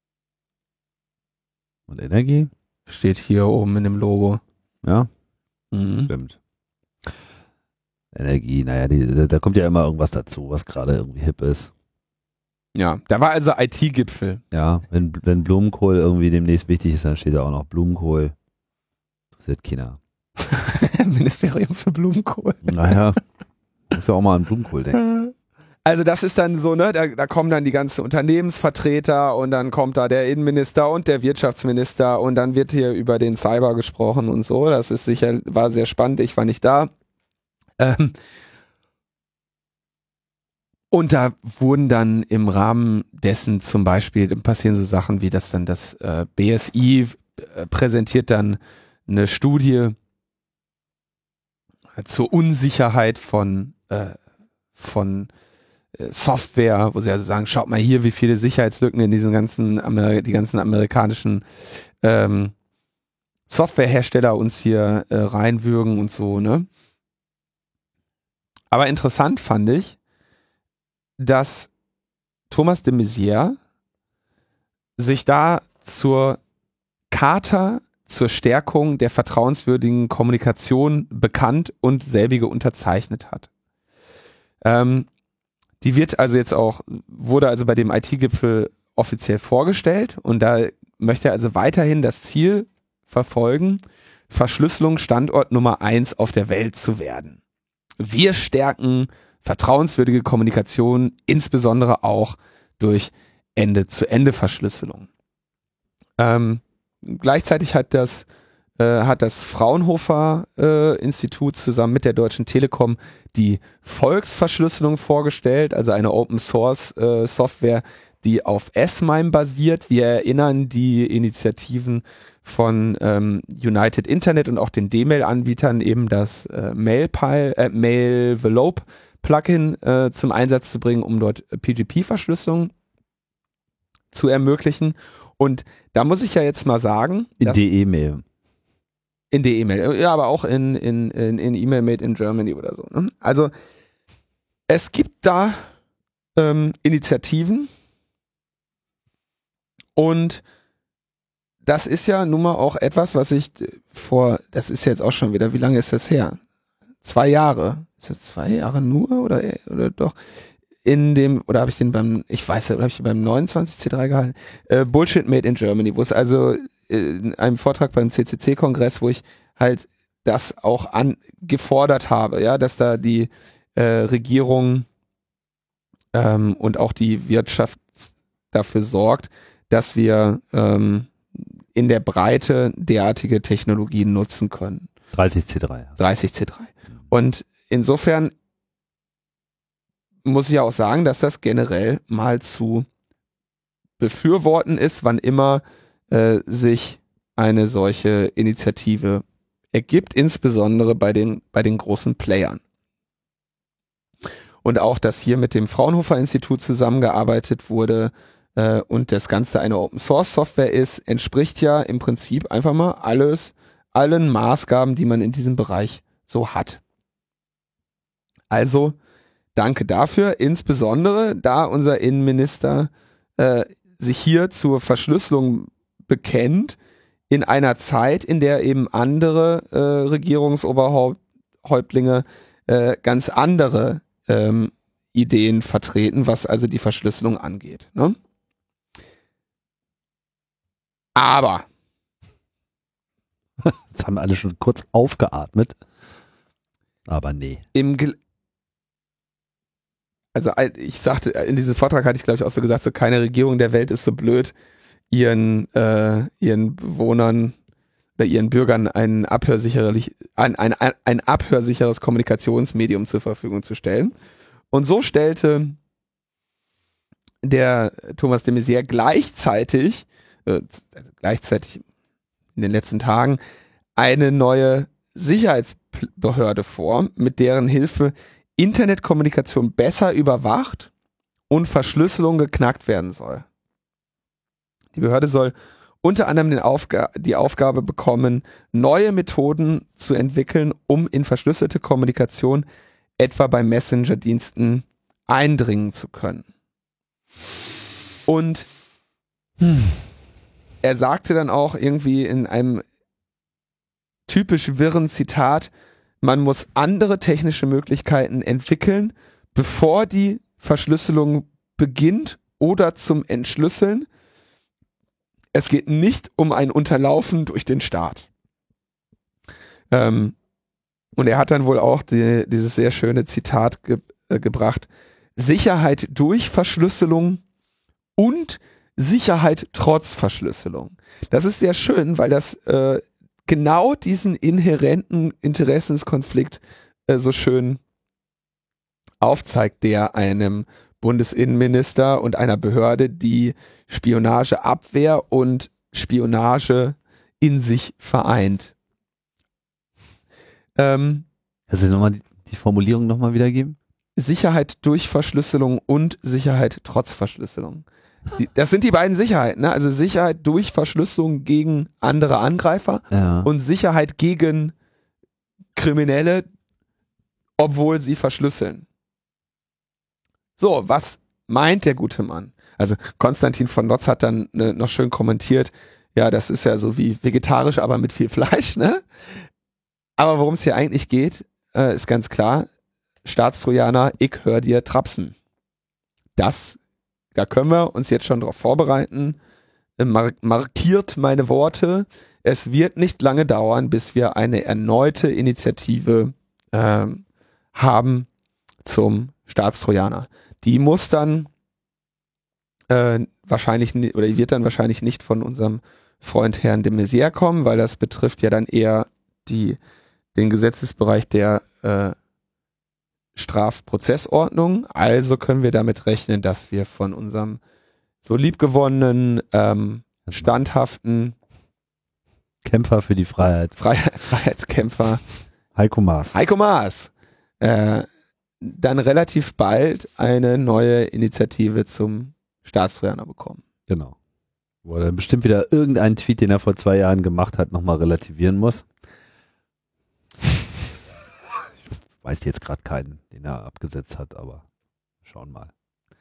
Und Energie? Steht hier oben in dem Logo. Ja, Mhm. stimmt. Energie, naja, die, da, da kommt ja immer irgendwas dazu, was gerade irgendwie hip ist. Ja, da war also I T-Gipfel. Ja, wenn, wenn Blumenkohl irgendwie demnächst wichtig ist, dann steht da auch noch Blumenkohl. Interessiert keiner. Ministerium für Blumenkohl. Naja, muss ja auch mal an Blumenkohl denken. Also das ist dann so, ne, da, da kommen dann die ganzen Unternehmensvertreter und dann kommt da der Innenminister und der Wirtschaftsminister und dann wird hier über den Cyber gesprochen und so. Das ist sicher, war sehr spannend, ich war nicht da. Ähm, und da wurden dann im Rahmen dessen zum Beispiel, passieren so Sachen wie, dass dann das äh, B S I äh, präsentiert dann eine Studie zur Unsicherheit von, äh, von äh, Software, wo sie also sagen, schaut mal hier, wie viele Sicherheitslücken in diesen ganzen, Ameri- die ganzen amerikanischen ähm, Softwarehersteller uns hier äh, reinwürgen und so, ne? Aber interessant fand ich, dass Thomas de Maizière sich da zur Charta zur Stärkung der vertrauenswürdigen Kommunikation bekannt und selbige unterzeichnet hat. Ähm, die wird also jetzt auch, wurde also bei dem I T-Gipfel offiziell vorgestellt und da möchte er also weiterhin das Ziel verfolgen, Verschlüsselung Standort Nummer eins auf der Welt zu werden. Wir stärken vertrauenswürdige Kommunikation, insbesondere auch durch Ende-zu-Ende-Verschlüsselung. Ähm, gleichzeitig hat das, äh, hat das Fraunhofer äh, Institut zusammen mit der Deutschen Telekom die Volksverschlüsselung vorgestellt, also eine Open-Source-Software, die auf S-MIME basiert. Wir erinnern die Initiativen von ähm, United Internet und auch den D-Mail-Anbietern eben das äh, Mailpile, äh, Mailvelope-Plugin äh, zum Einsatz zu bringen, um dort P G P-Verschlüsselung zu ermöglichen. Und da muss ich ja jetzt mal sagen, in die E-Mail. In die E-Mail, ja, aber auch in in in, in E-Mail Made in Germany oder so. Ne? Also es gibt da ähm, Initiativen und das ist ja nun mal auch etwas, was ich vor, das ist jetzt auch schon wieder, wie lange ist das her? Zwei Jahre. Ist das zwei Jahre nur oder oder doch? In dem, oder habe ich den beim, ich weiß ja, oder habe ich den beim neunundzwanzig C drei gehalten? Äh, Bullshit Made in Germany, wo es also in einem Vortrag beim C C C-Kongress, wo ich halt das auch angefordert habe, ja, dass da die äh, Regierung ähm, und auch die Wirtschaft dafür sorgt, dass wir ähm, in der Breite derartige Technologien nutzen können. dreißig C drei. dreißig C drei. Und insofern muss ich ja auch sagen, dass das generell mal zu befürworten ist, wann immer äh, sich eine solche Initiative ergibt, insbesondere bei den, bei den großen Playern. Und auch, dass hier mit dem Fraunhofer-Institut zusammengearbeitet wurde äh, und das Ganze eine Open-Source-Software ist, entspricht ja im Prinzip einfach mal alles, allen Maßgaben, die man in diesem Bereich so hat. Also danke dafür, insbesondere da unser Innenminister äh, sich hier zur Verschlüsselung bekennt, in einer Zeit, in der eben andere äh, Regierungsoberhäuptlinge äh, ganz andere ähm, Ideen vertreten, was also die Verschlüsselung angeht. Ne? Aber das haben alle schon kurz aufgeatmet. Aber nee. Im Gel- also ich sagte, in diesem Vortrag hatte ich glaube ich auch so gesagt, so keine Regierung der Welt ist so blöd, ihren äh, ihren Bewohnern oder ihren Bürgern ein abhörsicherlich ein, ein, ein abhörsicheres Kommunikationsmedium zur Verfügung zu stellen. Und so stellte der Thomas de Maizière gleichzeitig äh, also gleichzeitig in den letzten Tagen eine neue Sicherheitsbehörde vor, mit deren Hilfe Internetkommunikation besser überwacht und Verschlüsselung geknackt werden soll. Die Behörde soll unter anderem den Aufga- die Aufgabe bekommen, neue Methoden zu entwickeln, um in verschlüsselte Kommunikation etwa bei Messenger-Diensten eindringen zu können. Und hm, er sagte dann auch irgendwie in einem typisch wirren Zitat, man muss andere technische Möglichkeiten entwickeln, bevor die Verschlüsselung beginnt oder zum Entschlüsseln. Es geht nicht um ein Unterlaufen durch den Staat. Ähm, und er hat dann wohl auch die, dieses sehr schöne Zitat ge, äh, gebracht, Sicherheit durch Verschlüsselung und Sicherheit trotz Verschlüsselung. Das ist sehr schön, weil das äh, genau diesen inhärenten Interessenskonflikt äh, so schön aufzeigt, der einem Bundesinnenminister und einer Behörde, die Spionageabwehr und Spionage in sich vereint. Ähm, Kannst du nochmal die, die Formulierung nochmal wiedergeben? Sicherheit durch Verschlüsselung und Sicherheit trotz Verschlüsselung. Die, das sind die beiden Sicherheiten, ne? Also Sicherheit durch Verschlüsselung gegen andere Angreifer ja. und Sicherheit gegen Kriminelle, obwohl sie verschlüsseln. So, was meint der gute Mann? Also Konstantin von Notz hat dann ne, noch schön kommentiert, ja, das ist ja so wie vegetarisch, aber mit viel Fleisch, ne? Aber worum es hier eigentlich geht, äh, ist ganz klar, Staatstrojaner, ich hör dir trapsen. Das, da können wir uns jetzt schon drauf vorbereiten, Mar- markiert meine Worte, es wird nicht lange dauern, bis wir eine erneute Initiative ähm, haben zum Staatstrojaner. Die muss dann äh, wahrscheinlich ni- oder die wird dann wahrscheinlich nicht von unserem Freund Herrn de Maizière kommen, weil das betrifft ja dann eher die, den Gesetzesbereich der äh, Strafprozessordnung. Also können wir damit rechnen, dass wir von unserem so liebgewonnenen, ähm, standhaften Kämpfer für die Freiheit. Freiheit, Freiheitskämpfer Heiko Maas. Heiko Maas äh, dann relativ bald eine neue Initiative zum Staatstrojaner bekommen. Genau. Wo er dann bestimmt wieder irgendeinen Tweet, den er vor zwei Jahren gemacht hat, nochmal relativieren muss. Ich weiß jetzt gerade keinen, den er abgesetzt hat, aber schauen mal.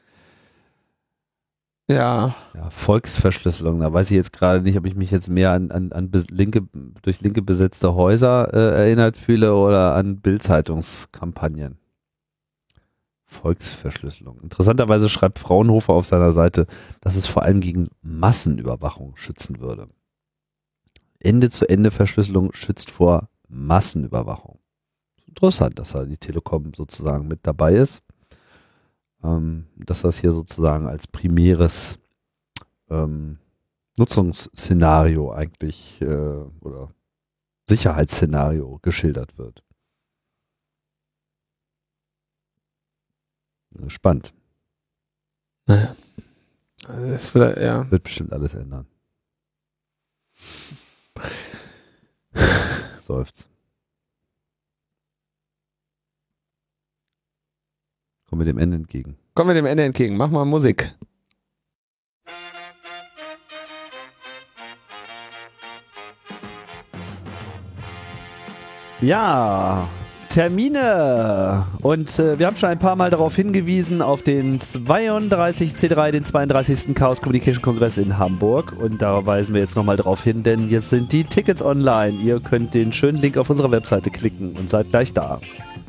Ja. Ja, Volksverschlüsselung, da weiß ich jetzt gerade nicht, ob ich mich jetzt mehr an, an, an bes- linke, durch Linke besetzte Häuser äh, erinnert fühle oder an Bild-Zeitungskampagnen. Volksverschlüsselung. Interessanterweise schreibt Fraunhofer auf seiner Seite, dass es vor allem gegen Massenüberwachung schützen würde. Ende-zu-Ende-Verschlüsselung schützt vor Massenüberwachung. Interessant, dass da die Telekom sozusagen mit dabei ist. Ähm, dass das hier sozusagen als primäres ähm, Nutzungsszenario eigentlich äh, oder Sicherheitsszenario geschildert wird. Spannend. Naja. Also das wird, ja. Wird bestimmt alles ändern. Seufzt. Kommen wir dem Ende entgegen. Kommen wir dem Ende entgegen. Mach mal Musik. Ja, Termine. Und äh, wir haben schon ein paar Mal darauf hingewiesen, auf den zweiunddreißig C drei, den zweiunddreißigsten Chaos Communication Kongress in Hamburg. Und da weisen wir jetzt nochmal drauf hin, denn jetzt sind die Tickets online. Ihr könnt den schönen Link auf unserer Webseite klicken und seid gleich da.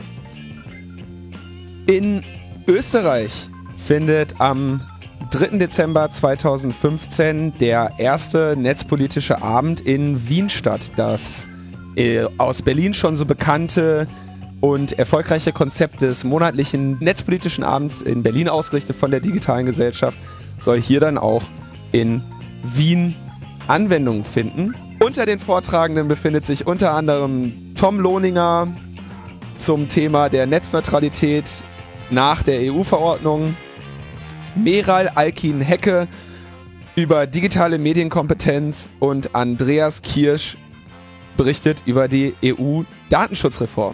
In Österreich findet am dritten Dezember zweitausendfünfzehn der erste netzpolitische Abend in Wien statt. Das äh, aus Berlin schon so bekannte und erfolgreiche Konzept des monatlichen netzpolitischen Abends in Berlin ausgerichtet von der Digitalen Gesellschaft soll hier dann auch in Wien Anwendung finden. Unter den Vortragenden befindet sich unter anderem Tom Lohninger zum Thema der Netzneutralität nach der E U-Verordnung, Meral Alkin-Hecke über digitale Medienkompetenz und Andreas Kirsch berichtet über die E U-Datenschutzreform.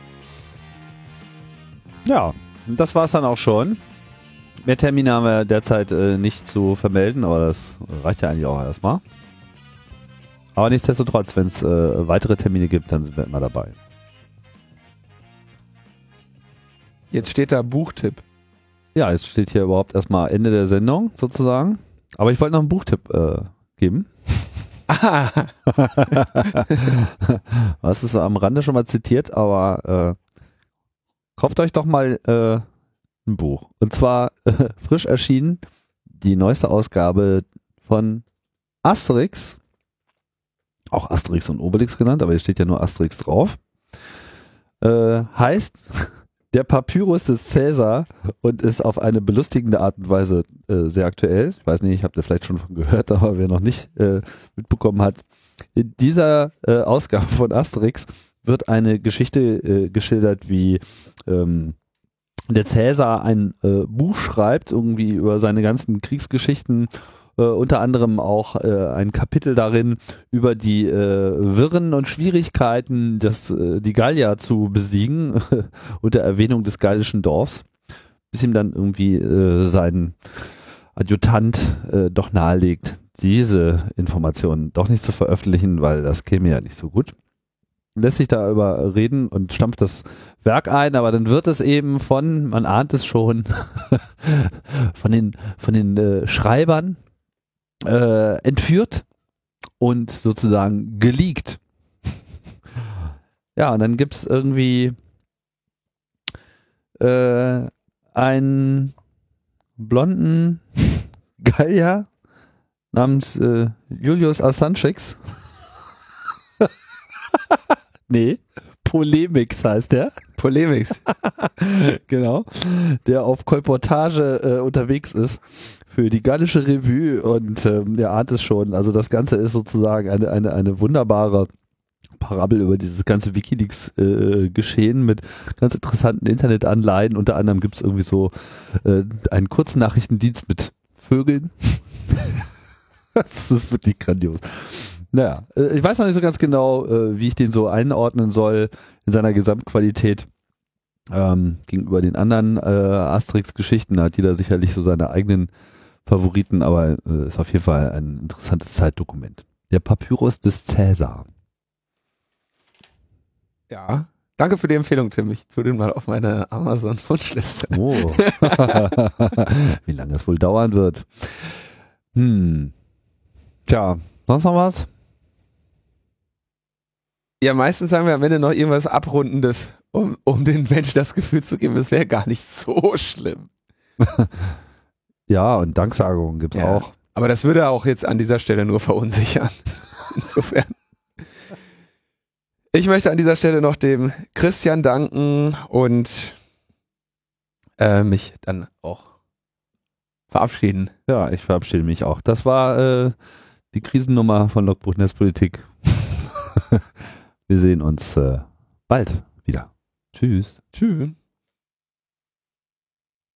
Ja, das war's dann auch schon. Mehr Termine haben wir derzeit äh, nicht zu vermelden, aber das reicht ja eigentlich auch erstmal. Aber nichtsdestotrotz, wenn es äh, weitere Termine gibt, dann sind wir immer dabei. Jetzt steht da Buchtipp. Ja, es steht hier überhaupt erstmal Ende der Sendung sozusagen. Aber ich wollte noch einen Buchtipp äh, geben. Ah. Was ist so am Rande schon mal zitiert, aber äh, kauft euch doch mal äh, ein Buch. Und zwar äh, frisch erschienen die neueste Ausgabe von Asterix. Auch Asterix und Obelix genannt, aber hier steht ja nur Asterix drauf. Äh, heißt Der Papyrus des Cäsar und ist auf eine belustigende Art und Weise äh, sehr aktuell. Ich weiß nicht, ich habe da vielleicht schon von gehört, aber wer noch nicht äh, mitbekommen hat. In dieser äh, Ausgabe von Asterix wird eine Geschichte äh, geschildert, wie ähm, der Cäsar ein äh, Buch schreibt, irgendwie über seine ganzen Kriegsgeschichten, äh, unter anderem auch äh, ein Kapitel darin über die äh, Wirren und Schwierigkeiten, das, äh, die Gallier zu besiegen, unter Erwähnung des gallischen Dorfs, bis ihm dann irgendwie äh, sein Adjutant äh, doch nahelegt, diese Informationen doch nicht zu veröffentlichen, weil das käme ja nicht so gut. Lässt sich da überreden und stampft das Werk ein, aber dann wird es eben von, man ahnt es schon, von den, von den äh, Schreibern äh, entführt und sozusagen geleakt. Ja, und dann gibt es irgendwie äh, einen blonden Gallier namens äh, Julius Assanchix. Nee, Polemix heißt der. Polemix. Genau. Der auf Kolportage äh, unterwegs ist für die Gallische Revue und ähm, der ahnt es schon. Also das Ganze ist sozusagen eine, eine, eine wunderbare Parabel über dieses ganze WikiLeaks-Geschehen äh, mit ganz interessanten Internetanleihen. Unter anderem gibt es irgendwie so äh, einen Kurznachrichtendienst mit Vögeln. Das ist wirklich grandios. Naja, äh, ich weiß noch nicht so ganz genau, äh, wie ich den so einordnen soll in seiner Gesamtqualität ähm, gegenüber den anderen äh, Asterix-Geschichten. Da hat jeder sicherlich so seine eigenen Favoriten, aber äh, ist auf jeden Fall ein interessantes Zeitdokument. Der Papyrus des Cäsar. Ja, danke für die Empfehlung, Tim. Ich tue den mal auf meine Amazon-Wunschliste. Oh. Wie lange es wohl dauern wird. Hm. Tja, sonst noch was? Ja, meistens haben wir am Ende noch irgendwas Abrundendes, um, um den Menschen das Gefühl zu geben, es wäre gar nicht so schlimm. Ja, und Danksagungen gibt's ja, auch. Aber das würde auch jetzt an dieser Stelle nur verunsichern. Insofern. Ich möchte an dieser Stelle noch dem Christian danken und äh, mich dann auch verabschieden. Ja, ich verabschiede mich auch. Das war äh, die Krisennummer von Logbuch Netzpolitik. Wir sehen uns äh, bald wieder. Tschüss. Tschüss.